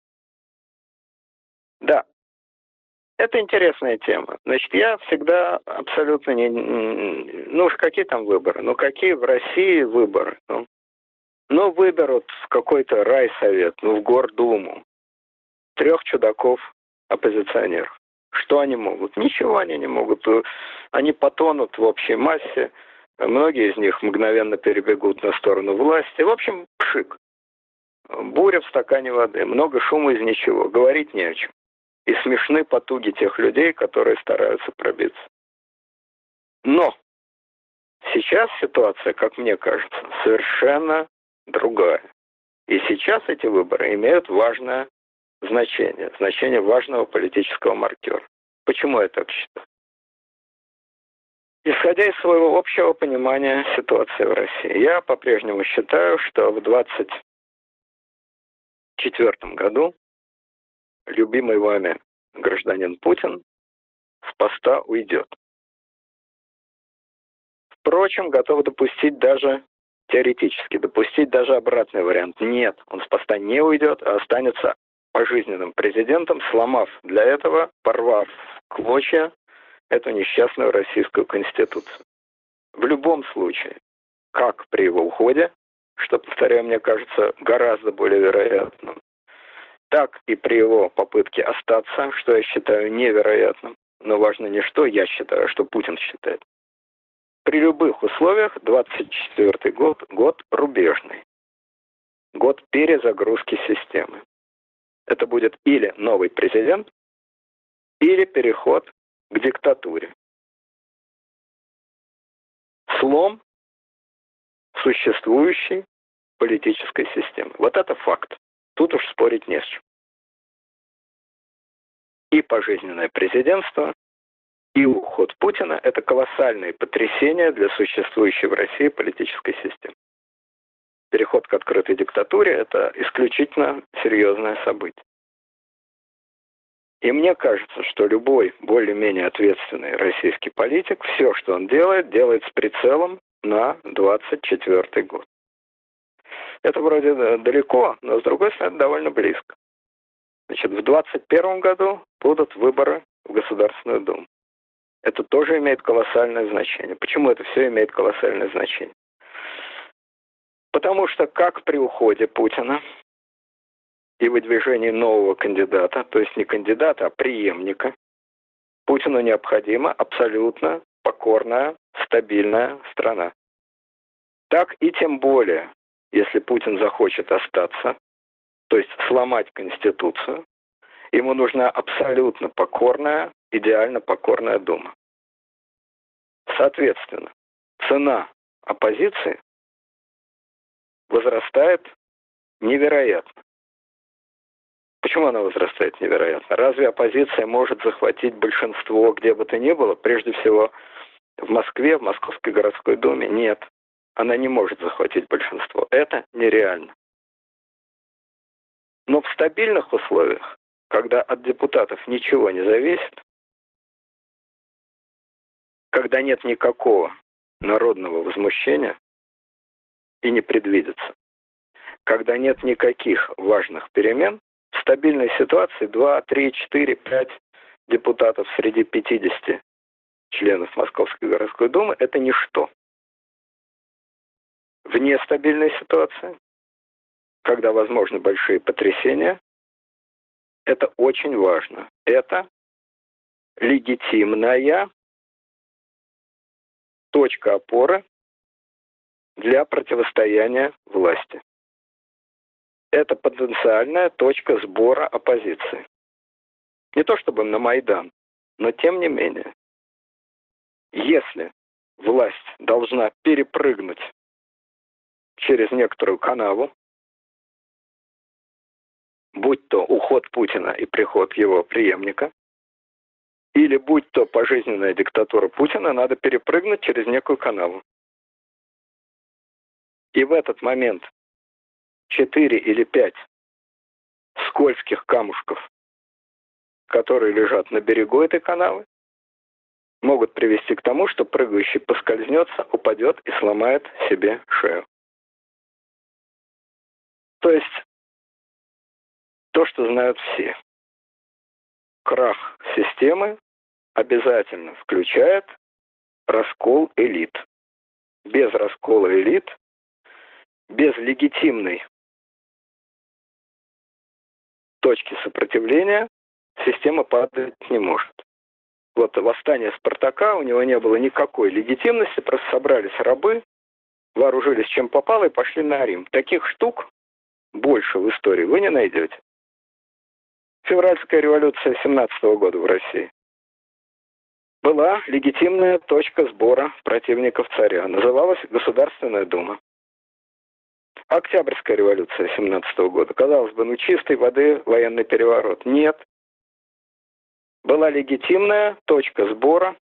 Да. Это интересная тема. Значит, я всегда абсолютно не... Ну уж какие там выборы? Ну какие в России выборы? Ну, ну выберут в какой-то райсовет, ну в Гордуму. Трех чудаков-оппозиционеров. Что они могут? Ничего они не могут. Они потонут в общей массе. Многие из них мгновенно перебегут на сторону власти. В общем, пшик. Буря в стакане воды. Много шума из ничего. Говорить не о чем. И смешны потуги тех людей, которые стараются пробиться. Но сейчас ситуация, как мне кажется, совершенно другая. И сейчас эти выборы имеют важное значение, значение важного политического маркера. Почему я так считаю? Исходя из своего общего понимания ситуации в России, я по-прежнему считаю, что в двадцать четвёртом году любимый вами гражданин Путин с поста уйдет. Впрочем, готов допустить даже, теоретически, допустить даже обратный вариант. Нет, он с поста не уйдет, а останется пожизненным президентом, сломав для этого, порвав в клочья эту несчастную российскую конституцию. В любом случае, как при его уходе, что, повторяю, мне кажется гораздо более вероятным, так и при его попытке остаться, что я считаю невероятным, но важно не что я считаю, а что Путин считает. При любых условиях двадцать четвёртый год – год рубежный, год перезагрузки системы. Это будет или новый президент, или переход к диктатуре. Слом существующей политической системы. Вот это факт. Тут уж спорить не с чем. И пожизненное президентство, и уход Путина – это колоссальные потрясения для существующей в России политической системы. Переход к открытой диктатуре – это исключительно серьезное событие. И мне кажется, что любой более-менее ответственный российский политик, все, что он делает, делает с прицелом на двадцать четвёртый год. Это вроде далеко, но с другой стороны довольно близко. Значит, в двадцать первом году будут выборы в Государственную Думу. Это тоже имеет колоссальное значение. Почему это все имеет колоссальное значение? Потому что как при уходе Путина и выдвижении нового кандидата, то есть не кандидата, а преемника, Путину необходима абсолютно покорная, стабильная страна. Так и тем более, если Путин захочет остаться, то есть сломать Конституцию, ему нужна абсолютно покорная, идеально покорная Дума. Соответственно, цена оппозиции возрастает невероятно. Почему она возрастает невероятно? Разве оппозиция может захватить большинство где бы то ни было, прежде всего в Москве, в Московской городской думе? Нет, она не может захватить большинство. Это нереально. Но в стабильных условиях, когда от депутатов ничего не зависит, когда нет никакого народного возмущения и не предвидится, когда нет никаких важных перемен, в стабильной ситуации два, три, четыре, пять депутатов среди пятидесяти членов Московской городской думы – это ничто. В нестабильной ситуации, когда возможны большие потрясения, это очень важно. Это легитимная точка опоры для противостояния власти. Это потенциальная точка сбора оппозиции. Не то чтобы на Майдан, но тем не менее. Если власть должна перепрыгнуть через некоторую канаву, будь то уход Путина и приход его преемника, или будь то пожизненная диктатура Путина, надо перепрыгнуть через некую канаву. И в этот момент четыре или пять скользких камушков, которые лежат на берегу этой канавы, могут привести к тому, что прыгающий поскользнется, упадет и сломает себе шею. То есть то, что знают все. Крах системы обязательно включает раскол элит. Без раскола элит, без легитимной точки сопротивления система падать не может. Вот восстание Спартака, у него не было никакой легитимности, просто собрались рабы, вооружились чем попало и пошли на Рим. Таких штук больше в истории вы не найдете. Февральская революция семнадцатого года в России. Была легитимная точка сбора противников царя. Называлась Государственная Дума. Октябрьская революция семнадцатого года. Казалось бы, ну чистой воды военный переворот. Нет. Была легитимная точка сбора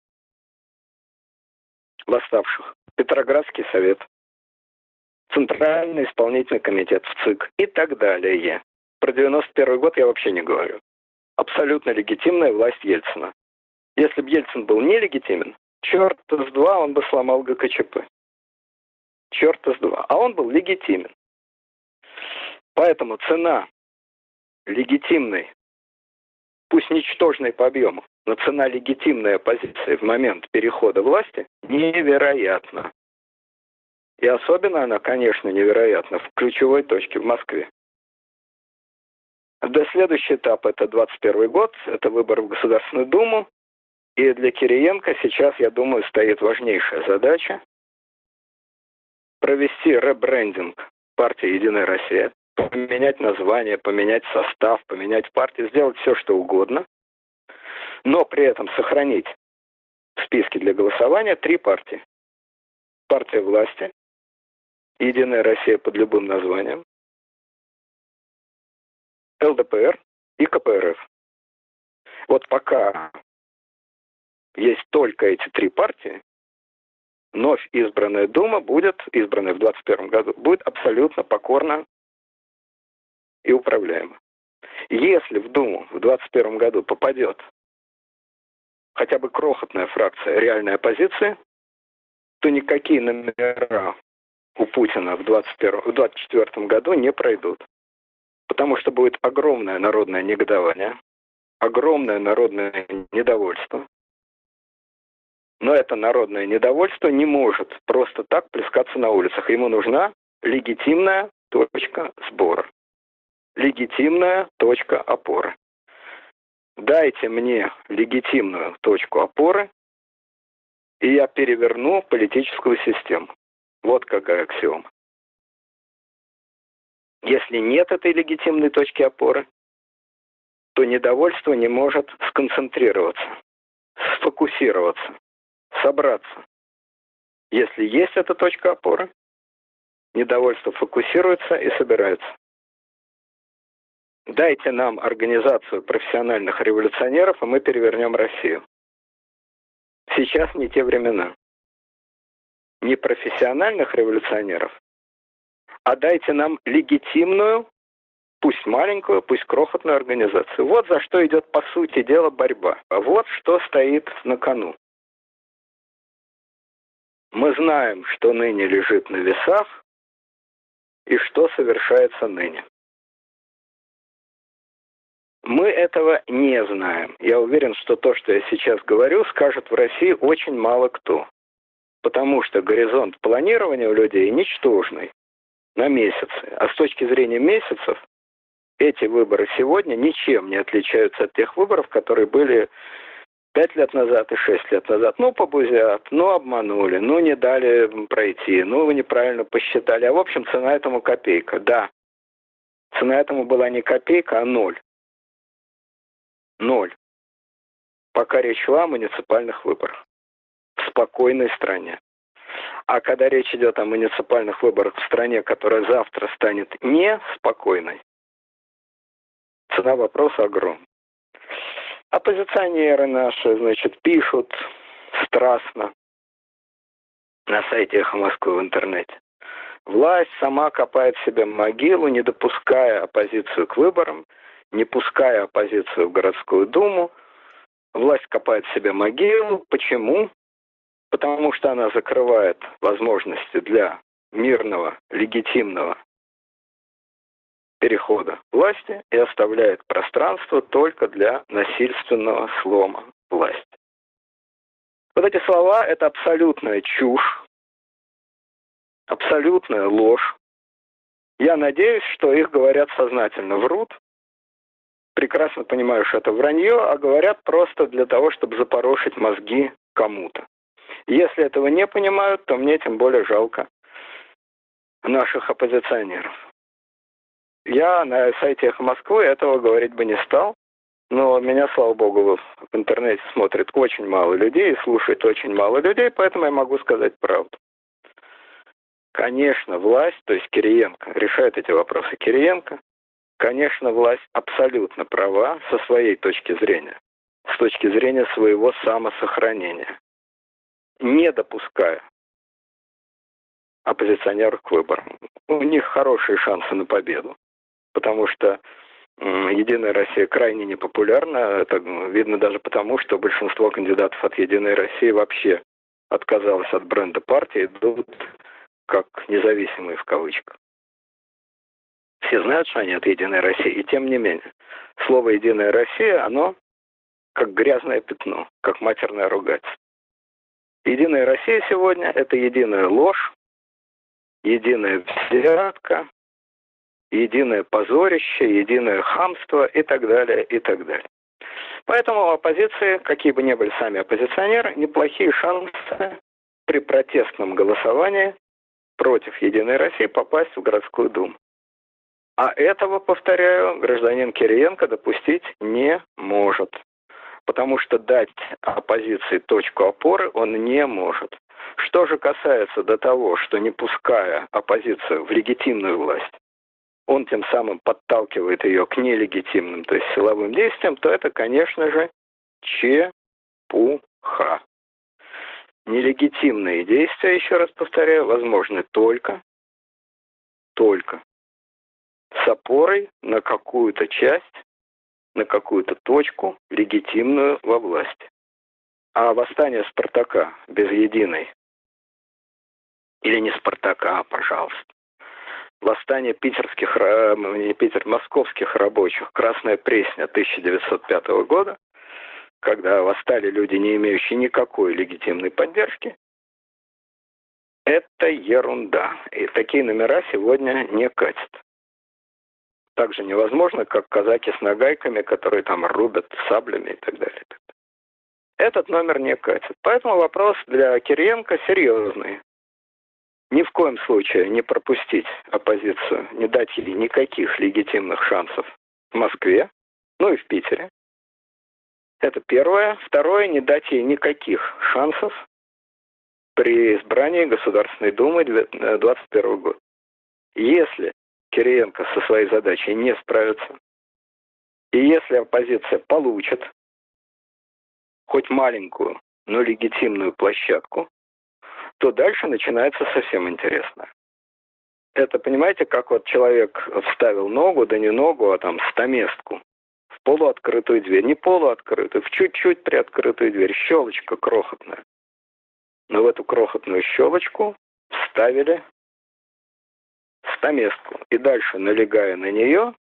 восставших. Петроградский совет. Центральный исполнительный комитет в ЦИК и так далее. Про девяносто первый год я вообще не говорю. Абсолютно легитимная власть Ельцина. Если бы Ельцин был нелегитимен, черт с два он бы сломал ГКЧП. Черт с два. А он был легитимен. Поэтому цена легитимной, пусть ничтожной по объему, но цена легитимной оппозиции в момент перехода власти невероятна. И особенно она, конечно, невероятна в ключевой точке в Москве. До следующий этап это двадцать первый год, это выборы в Государственную Думу. И для Кириенко сейчас, я думаю, стоит важнейшая задача провести ребрендинг партии «Единая Россия», поменять название, поменять состав, поменять партию, сделать все, что угодно, но при этом сохранить в списке для голосования три партии. Партия власти, «Единая Россия» под любым названием, ЛДПР и КПРФ. Вот пока есть только эти три партии, вновь избранная Дума будет, избранная в двадцать первом году, будет абсолютно покорна и управляема. Если в Думу в двадцать первом году попадет хотя бы крохотная фракция реальной оппозиции, то никакие номера у Путина в двадцать первом, в двадцать четвёртом году не пройдут. Потому что будет огромное народное негодование, огромное народное недовольство. Но это народное недовольство не может просто так плескаться на улицах. Ему нужна легитимная точка сбора, легитимная точка опоры. Дайте мне легитимную точку опоры, и я переверну политическую систему. Вот какая аксиома. Если нет этой легитимной точки опоры, то недовольство не может сконцентрироваться, сфокусироваться, собраться. Если есть эта точка опоры, недовольство фокусируется и собирается. Дайте нам организацию профессиональных революционеров, и мы перевернем Россию. Сейчас не те времена. Не профессиональных революционеров, а дайте нам легитимную, пусть маленькую, пусть крохотную организацию. Вот за что идет, по сути дела, борьба. А вот что стоит на кону. Мы знаем, что ныне лежит на весах и что совершается ныне. Мы этого не знаем. Я уверен, что то, что я сейчас говорю, скажет в России очень мало кто. Потому что горизонт планирования у людей ничтожный на месяцы. А с точки зрения месяцев, эти выборы сегодня ничем не отличаются от тех выборов, которые были пять лет назад и шесть лет назад. Ну, побузят, ну, обманули, ну, не дали пройти, ну, вы неправильно посчитали. А в общем, цена этому копейка. Да, цена этому была не копейка, а ноль. Ноль. Пока речь шла о муниципальных выборах. В спокойной стране. А когда речь идет о муниципальных выборах в стране, которая завтра станет неспокойной, цена вопроса огромна. Оппозиционеры наши, значит, пишут страстно на сайте «Эхо Москвы» в интернете. Власть сама копает себе могилу, не допуская оппозицию к выборам, не пуская оппозицию в городскую думу. Власть копает себе могилу. Почему? Потому что она закрывает возможности для мирного, легитимного перехода власти и оставляет пространство только для насильственного слома власти. Вот эти слова – это абсолютная чушь, абсолютная ложь. Я надеюсь, что их говорят сознательно, врут. Прекрасно понимаю, что это вранье, а говорят просто для того, чтобы запорошить мозги кому-то. Если этого не понимают, то мне тем более жалко наших оппозиционеров. Я на сайте «Эхо Москвы» этого говорить бы не стал, но меня, слава богу, в интернете смотрит очень мало людей и слушает очень мало людей, поэтому я могу сказать правду. Конечно, власть, то есть Кириенко, решает эти вопросы Кириенко. Конечно, власть абсолютно права со своей точки зрения, с точки зрения своего самосохранения, не допуская оппозиционеров к выборам. У них хорошие шансы на победу, потому что «Единая Россия» крайне непопулярна. Это видно даже потому, что большинство кандидатов от «Единой России» вообще отказалось от бренда партии, идут как независимые в кавычках. Все знают, что они от «Единой России», и тем не менее. Слово «Единая Россия», оно как грязное пятно, как матерное ругательство. «Единая Россия» сегодня – это единая ложь, единая взятка, единое позорище, единое хамство и так далее, и так далее. Поэтому у оппозиции, какие бы ни были сами оппозиционеры, неплохие шансы при протестном голосовании против «Единой России» попасть в городскую думу. А этого, повторяю, гражданин Кириенко допустить не может. Потому что дать оппозиции точку опоры он не может. Что же касается до того, что не пуская оппозицию в легитимную власть, он тем самым подталкивает ее к нелегитимным, то есть силовым действиям, то это, конечно же, чепуха. Нелегитимные действия, еще раз повторяю, возможны только, только с опорой на какую-то часть, на какую-то точку, легитимную во власти. А восстание Спартака без единой Или не Спартака, пожалуйста. Восстание питерских, не Питер, московских рабочих, Красная Пресня тысяча девятьсот пятого года, когда восстали люди, не имеющие никакой легитимной поддержки, это ерунда. И такие номера сегодня не катят. Так же невозможно, как казаки с нагайками, которые там рубят саблями и так далее. Этот номер не катит. Поэтому вопрос для Кириенко серьезный. Ни в коем случае не пропустить оппозицию, не дать ей никаких легитимных шансов в Москве, ну и в Питере. Это первое. Второе, не дать ей никаких шансов при избрании Государственной Думы двадцать первого года. Если Кириенко со своей задачей не справится, и если оппозиция получит хоть маленькую, но легитимную площадку, то дальше начинается совсем интересно. Это, понимаете, как вот человек вставил ногу, да не ногу, а там стаместку в полуоткрытую дверь. Не полуоткрытую, в чуть-чуть приоткрытую дверь. Щелочка крохотная. Но в эту крохотную щелочку вставили стаместку. И дальше, налегая на нее,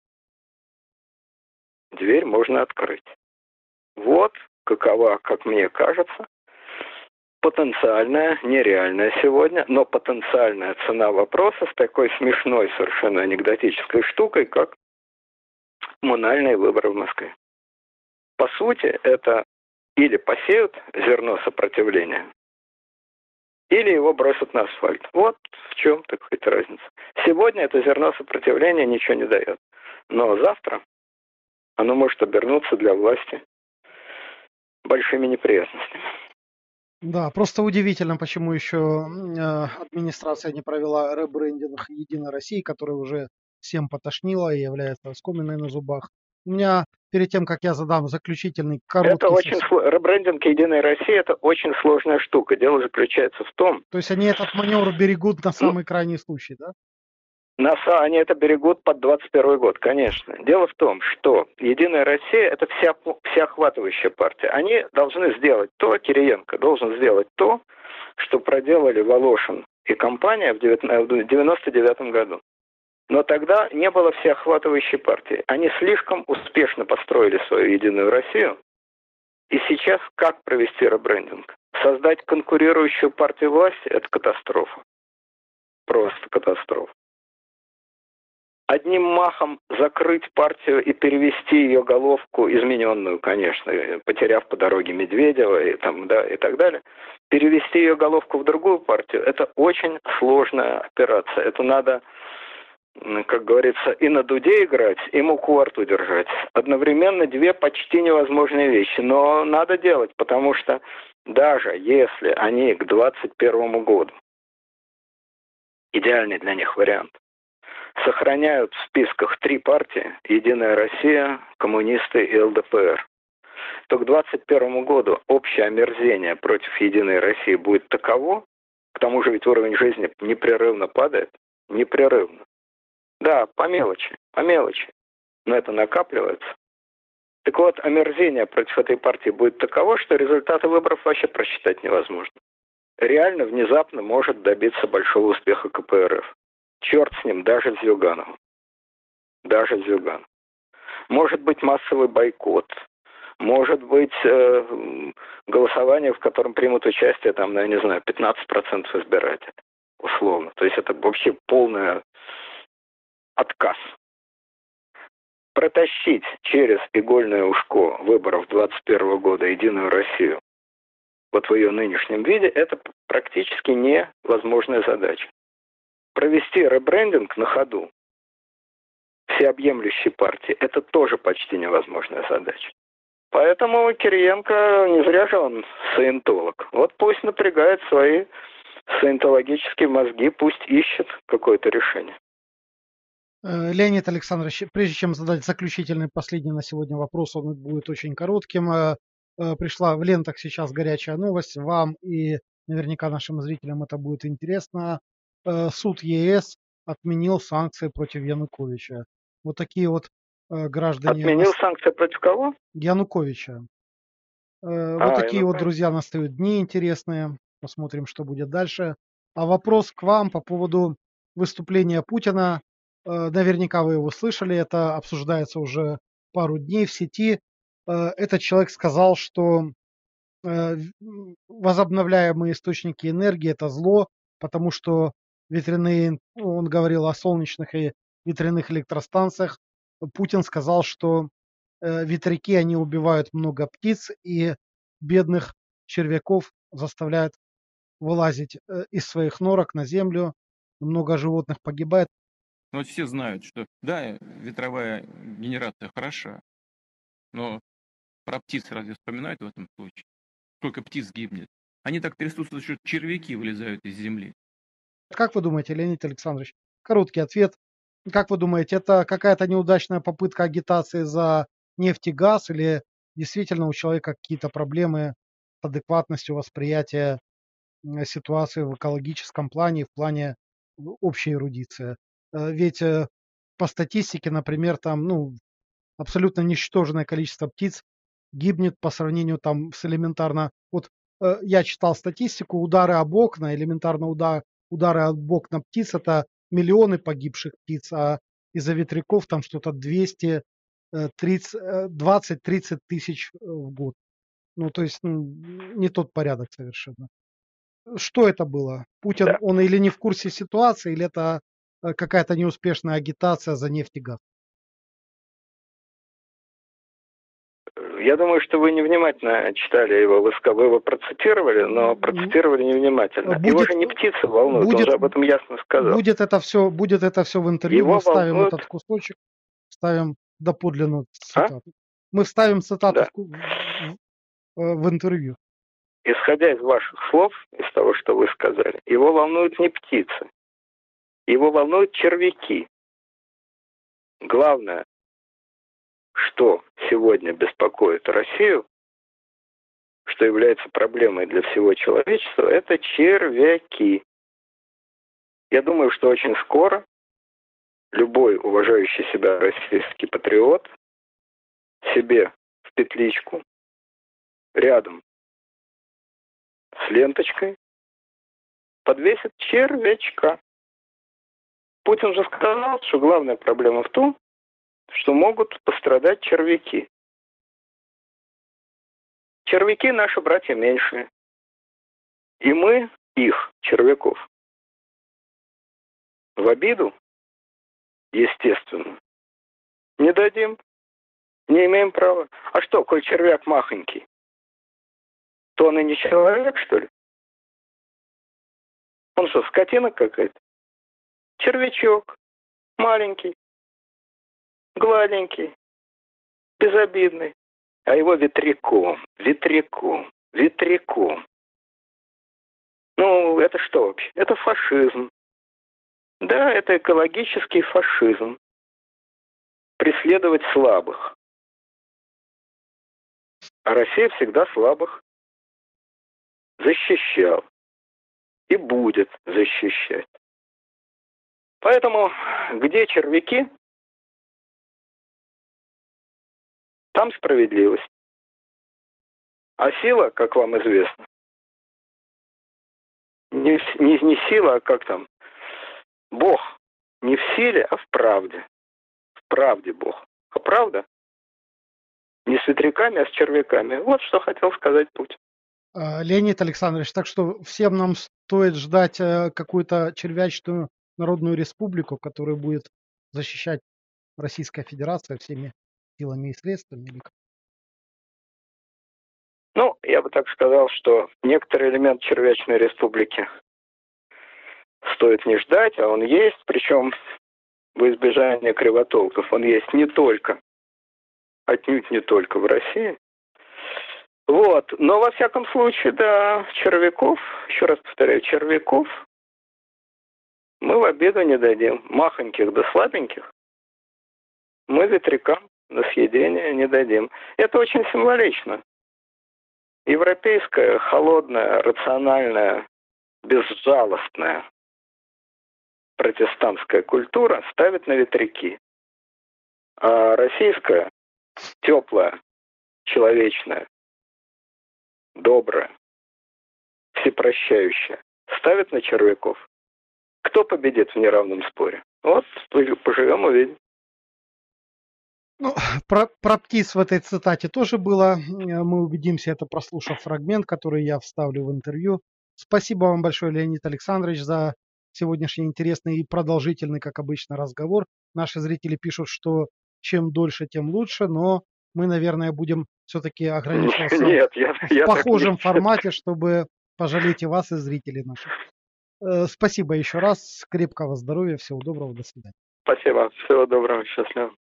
дверь можно открыть. Вот какова, как мне кажется, потенциальная, нереальная сегодня, но потенциальная цена вопроса с такой смешной, совершенно анекдотической штукой, как коммунальные выборы в Москве. По сути, это или посеют зерно сопротивления, или его бросят на асфальт. Вот в чем, так сказать, разница. Сегодня это зерно сопротивления ничего не дает. Но завтра оно может обернуться для власти большими неприятностями. Да, просто удивительно, почему еще э, администрация не провела ребрендинг Единой России, который уже всем потошнило и является оскоминой на зубах. У меня перед тем, как я задам заключительный короткий... Это очень сл... Ребрендинг Единой России – это очень сложная штука. Дело заключается в том... То есть они этот маневр берегут на самый ну, крайний случай, да? На, они это берегут под двадцать первый год, конечно. Дело в том, что Единая Россия – это вся, всеохватывающая партия. Они должны сделать то, Кириенко должен сделать то, что проделали Волошин и компания в девяносто девятом году. Но тогда не было всеохватывающей партии. Они слишком успешно построили свою Единую Россию. И сейчас как провести ребрендинг? Создать конкурирующую партию власти – это катастрофа. Просто катастрофа. Одним махом закрыть партию и перевести ее головку, измененную, конечно, потеряв по дороге Медведева и, там, да, и так далее, перевести ее головку в другую партию – это очень сложная операция. Это надо, как говорится, и на дуде играть, и муку во рту держать. Одновременно две почти невозможные вещи, но надо делать, потому что даже если они к двадцать первому году, идеальный для них вариант, сохраняют в списках три партии – Единая Россия, коммунисты и эл дэ пэ эр, то к двадцать первому году общее омерзение против Единой России будет таково, к тому же ведь уровень жизни непрерывно падает, непрерывно. Да, по мелочи, по мелочи, но это накапливается. Так вот, омерзение против этой партии будет таково, что результаты выборов вообще просчитать невозможно. Реально, внезапно может добиться большого успеха ка пэ эр эф. Черт с ним, даже Зюганову. Даже Зюганову. Может быть массовый бойкот. Может быть э, голосование, в котором примут участие, там, ну, я не знаю, пятнадцать процентов избирателей. Условно. То есть это вообще полный отказ. Протащить через игольное ушко выборов двадцать первого года Единую Россию вот в ее нынешнем виде, это практически невозможная задача. Провести ребрендинг на ходу всеобъемлющей партии – это тоже почти невозможная задача. Поэтому Кириенко, не зря же он саентолог. Вот пусть напрягает свои саентологические мозги, пусть ищет какое-то решение. Леонид Александрович, прежде чем задать заключительный, последний на сегодня вопрос, он будет очень коротким. Пришла в лентах сейчас горячая новость. Вам и наверняка нашим зрителям это будет интересно. Суд е эс отменил санкции против Януковича. Вот такие вот граждане... Отменил нас... санкции против кого? Януковича. А, вот такие Янукович. Вот, друзья, настают дни интересные. Посмотрим, что будет дальше. А вопрос к вам по поводу выступления Путина. Э, Наверняка вы его слышали, это обсуждается уже пару дней в сети. Э, Этот человек сказал, что э, в- м, возобновляемые источники энергии — это зло, потому что ветряные, ну, он говорил о солнечных и ветряных электростанциях. Путин сказал, что э, ветряки, они убивают много птиц и бедных червяков заставляют вылазить э, из своих норок на землю. Много животных погибает. Но вот все знают, что да, ветровая генерация хороша, но про птиц разве вспоминают в этом случае? Сколько птиц гибнет? Они так трясутся, что червяки вылезают из земли. Как вы думаете, Леонид Александрович, короткий ответ. Как вы думаете, это какая-то неудачная попытка агитации за нефть и газ, или действительно у человека какие-то проблемы с адекватностью восприятия м, ситуации в экологическом плане, в плане в- общей эрудиции? Э, Ведь э, по статистике, например, там, ну, абсолютно ничтожное количество птиц гибнет по сравнению там с элементарно. Вот э, я читал статистику, удары об окна, элементарно удар, удары об окна птиц — это миллионы погибших птиц, а из-за ветряков там что-то двести двадцать тридцать тысяч э, в год. Ну, то есть ну, не тот порядок совершенно. Что это было? Путин, Да. он или не в курсе ситуации, или это э, какая-то неуспешная агитация за нефть и газ? Я думаю, что вы невнимательно читали его высказывание. Вы его процитировали, но процитировали невнимательно. Его Будет, же не птицы волнуют, он будет, же об этом ясно сказал. будет это все, будет это все в интервью. Его Мы вставим волнует... этот кусочек, вставим доподлинную А? цитату. Мы вставим цитату Да. в, ку- в- в интервью. Исходя из ваших слов, из того, что вы сказали, его волнуют не птицы. Его волнуют червяки. Главное, что сегодня беспокоит Россию, что является проблемой для всего человечества, это червяки. Я думаю, что очень скоро любой уважающий себя российский патриот себе в петличку рядом с ленточкой подвесит червячка. Путин же сказал, что главная проблема в том, что могут пострадать червяки. Червяки наши братья меньшие. И мы их, червяков, в обиду, естественно, не дадим, не имеем права. А что, коль червяк махонький, то он и не человек, что ли? Он что, скотина какая-то? Червячок, маленький, гладенький, безобидный. А его ветряком, ветряком, ветряком. Ну, это что вообще? Это фашизм. Да, это экологический фашизм. Преследовать слабых. А Россия всегда слабых защищал и будет защищать. Поэтому где червяки, там справедливость. А сила, как вам известно, не, не, не сила, а как там, Бог не в силе, а в правде. В правде Бог. А правда не с ветряками, а с червяками. Вот что хотел сказать Путин. А, Леонид Александрович, так что всем нам стоит ждать э, какую-то червячную народную республику, которая будет защищать Российская Федерация всеми силами и средствами. Или как? Ну, я бы так сказал, что некоторый элемент червячной республики стоит не ждать, а он есть, причем в избежание кривотолков. Он есть не только, отнюдь не только в России. Вот, но во всяком случае, да, червяков, еще раз повторяю, червяков мы в обиду не дадим. Махоньких да слабеньких мы ветрякам на съедение не дадим. Это очень символично. Европейская, холодная, рациональная, безжалостная протестантская культура ставит на ветряки. А российская, теплая, человечная, добрая, всепрощающая, ставят на червяков. Кто победит в неравном споре? Вот, поживем, увидим. Ну, про, про птиц в этой цитате тоже было. Мы убедимся, это прослушав фрагмент, который я вставлю в интервью. Спасибо вам большое, Леонид Александрович, за сегодняшний интересный и продолжительный, как обычно, разговор. Наши зрители пишут, что чем дольше, тем лучше, но мы, наверное, будем все-таки ограничиваться Нет, я, в я похожем так не... формате, чтобы пожалеть и вас, и зрителей наших. Спасибо еще раз. Крепкого здоровья, всего доброго, до свидания. Спасибо, всего доброго, счастливо.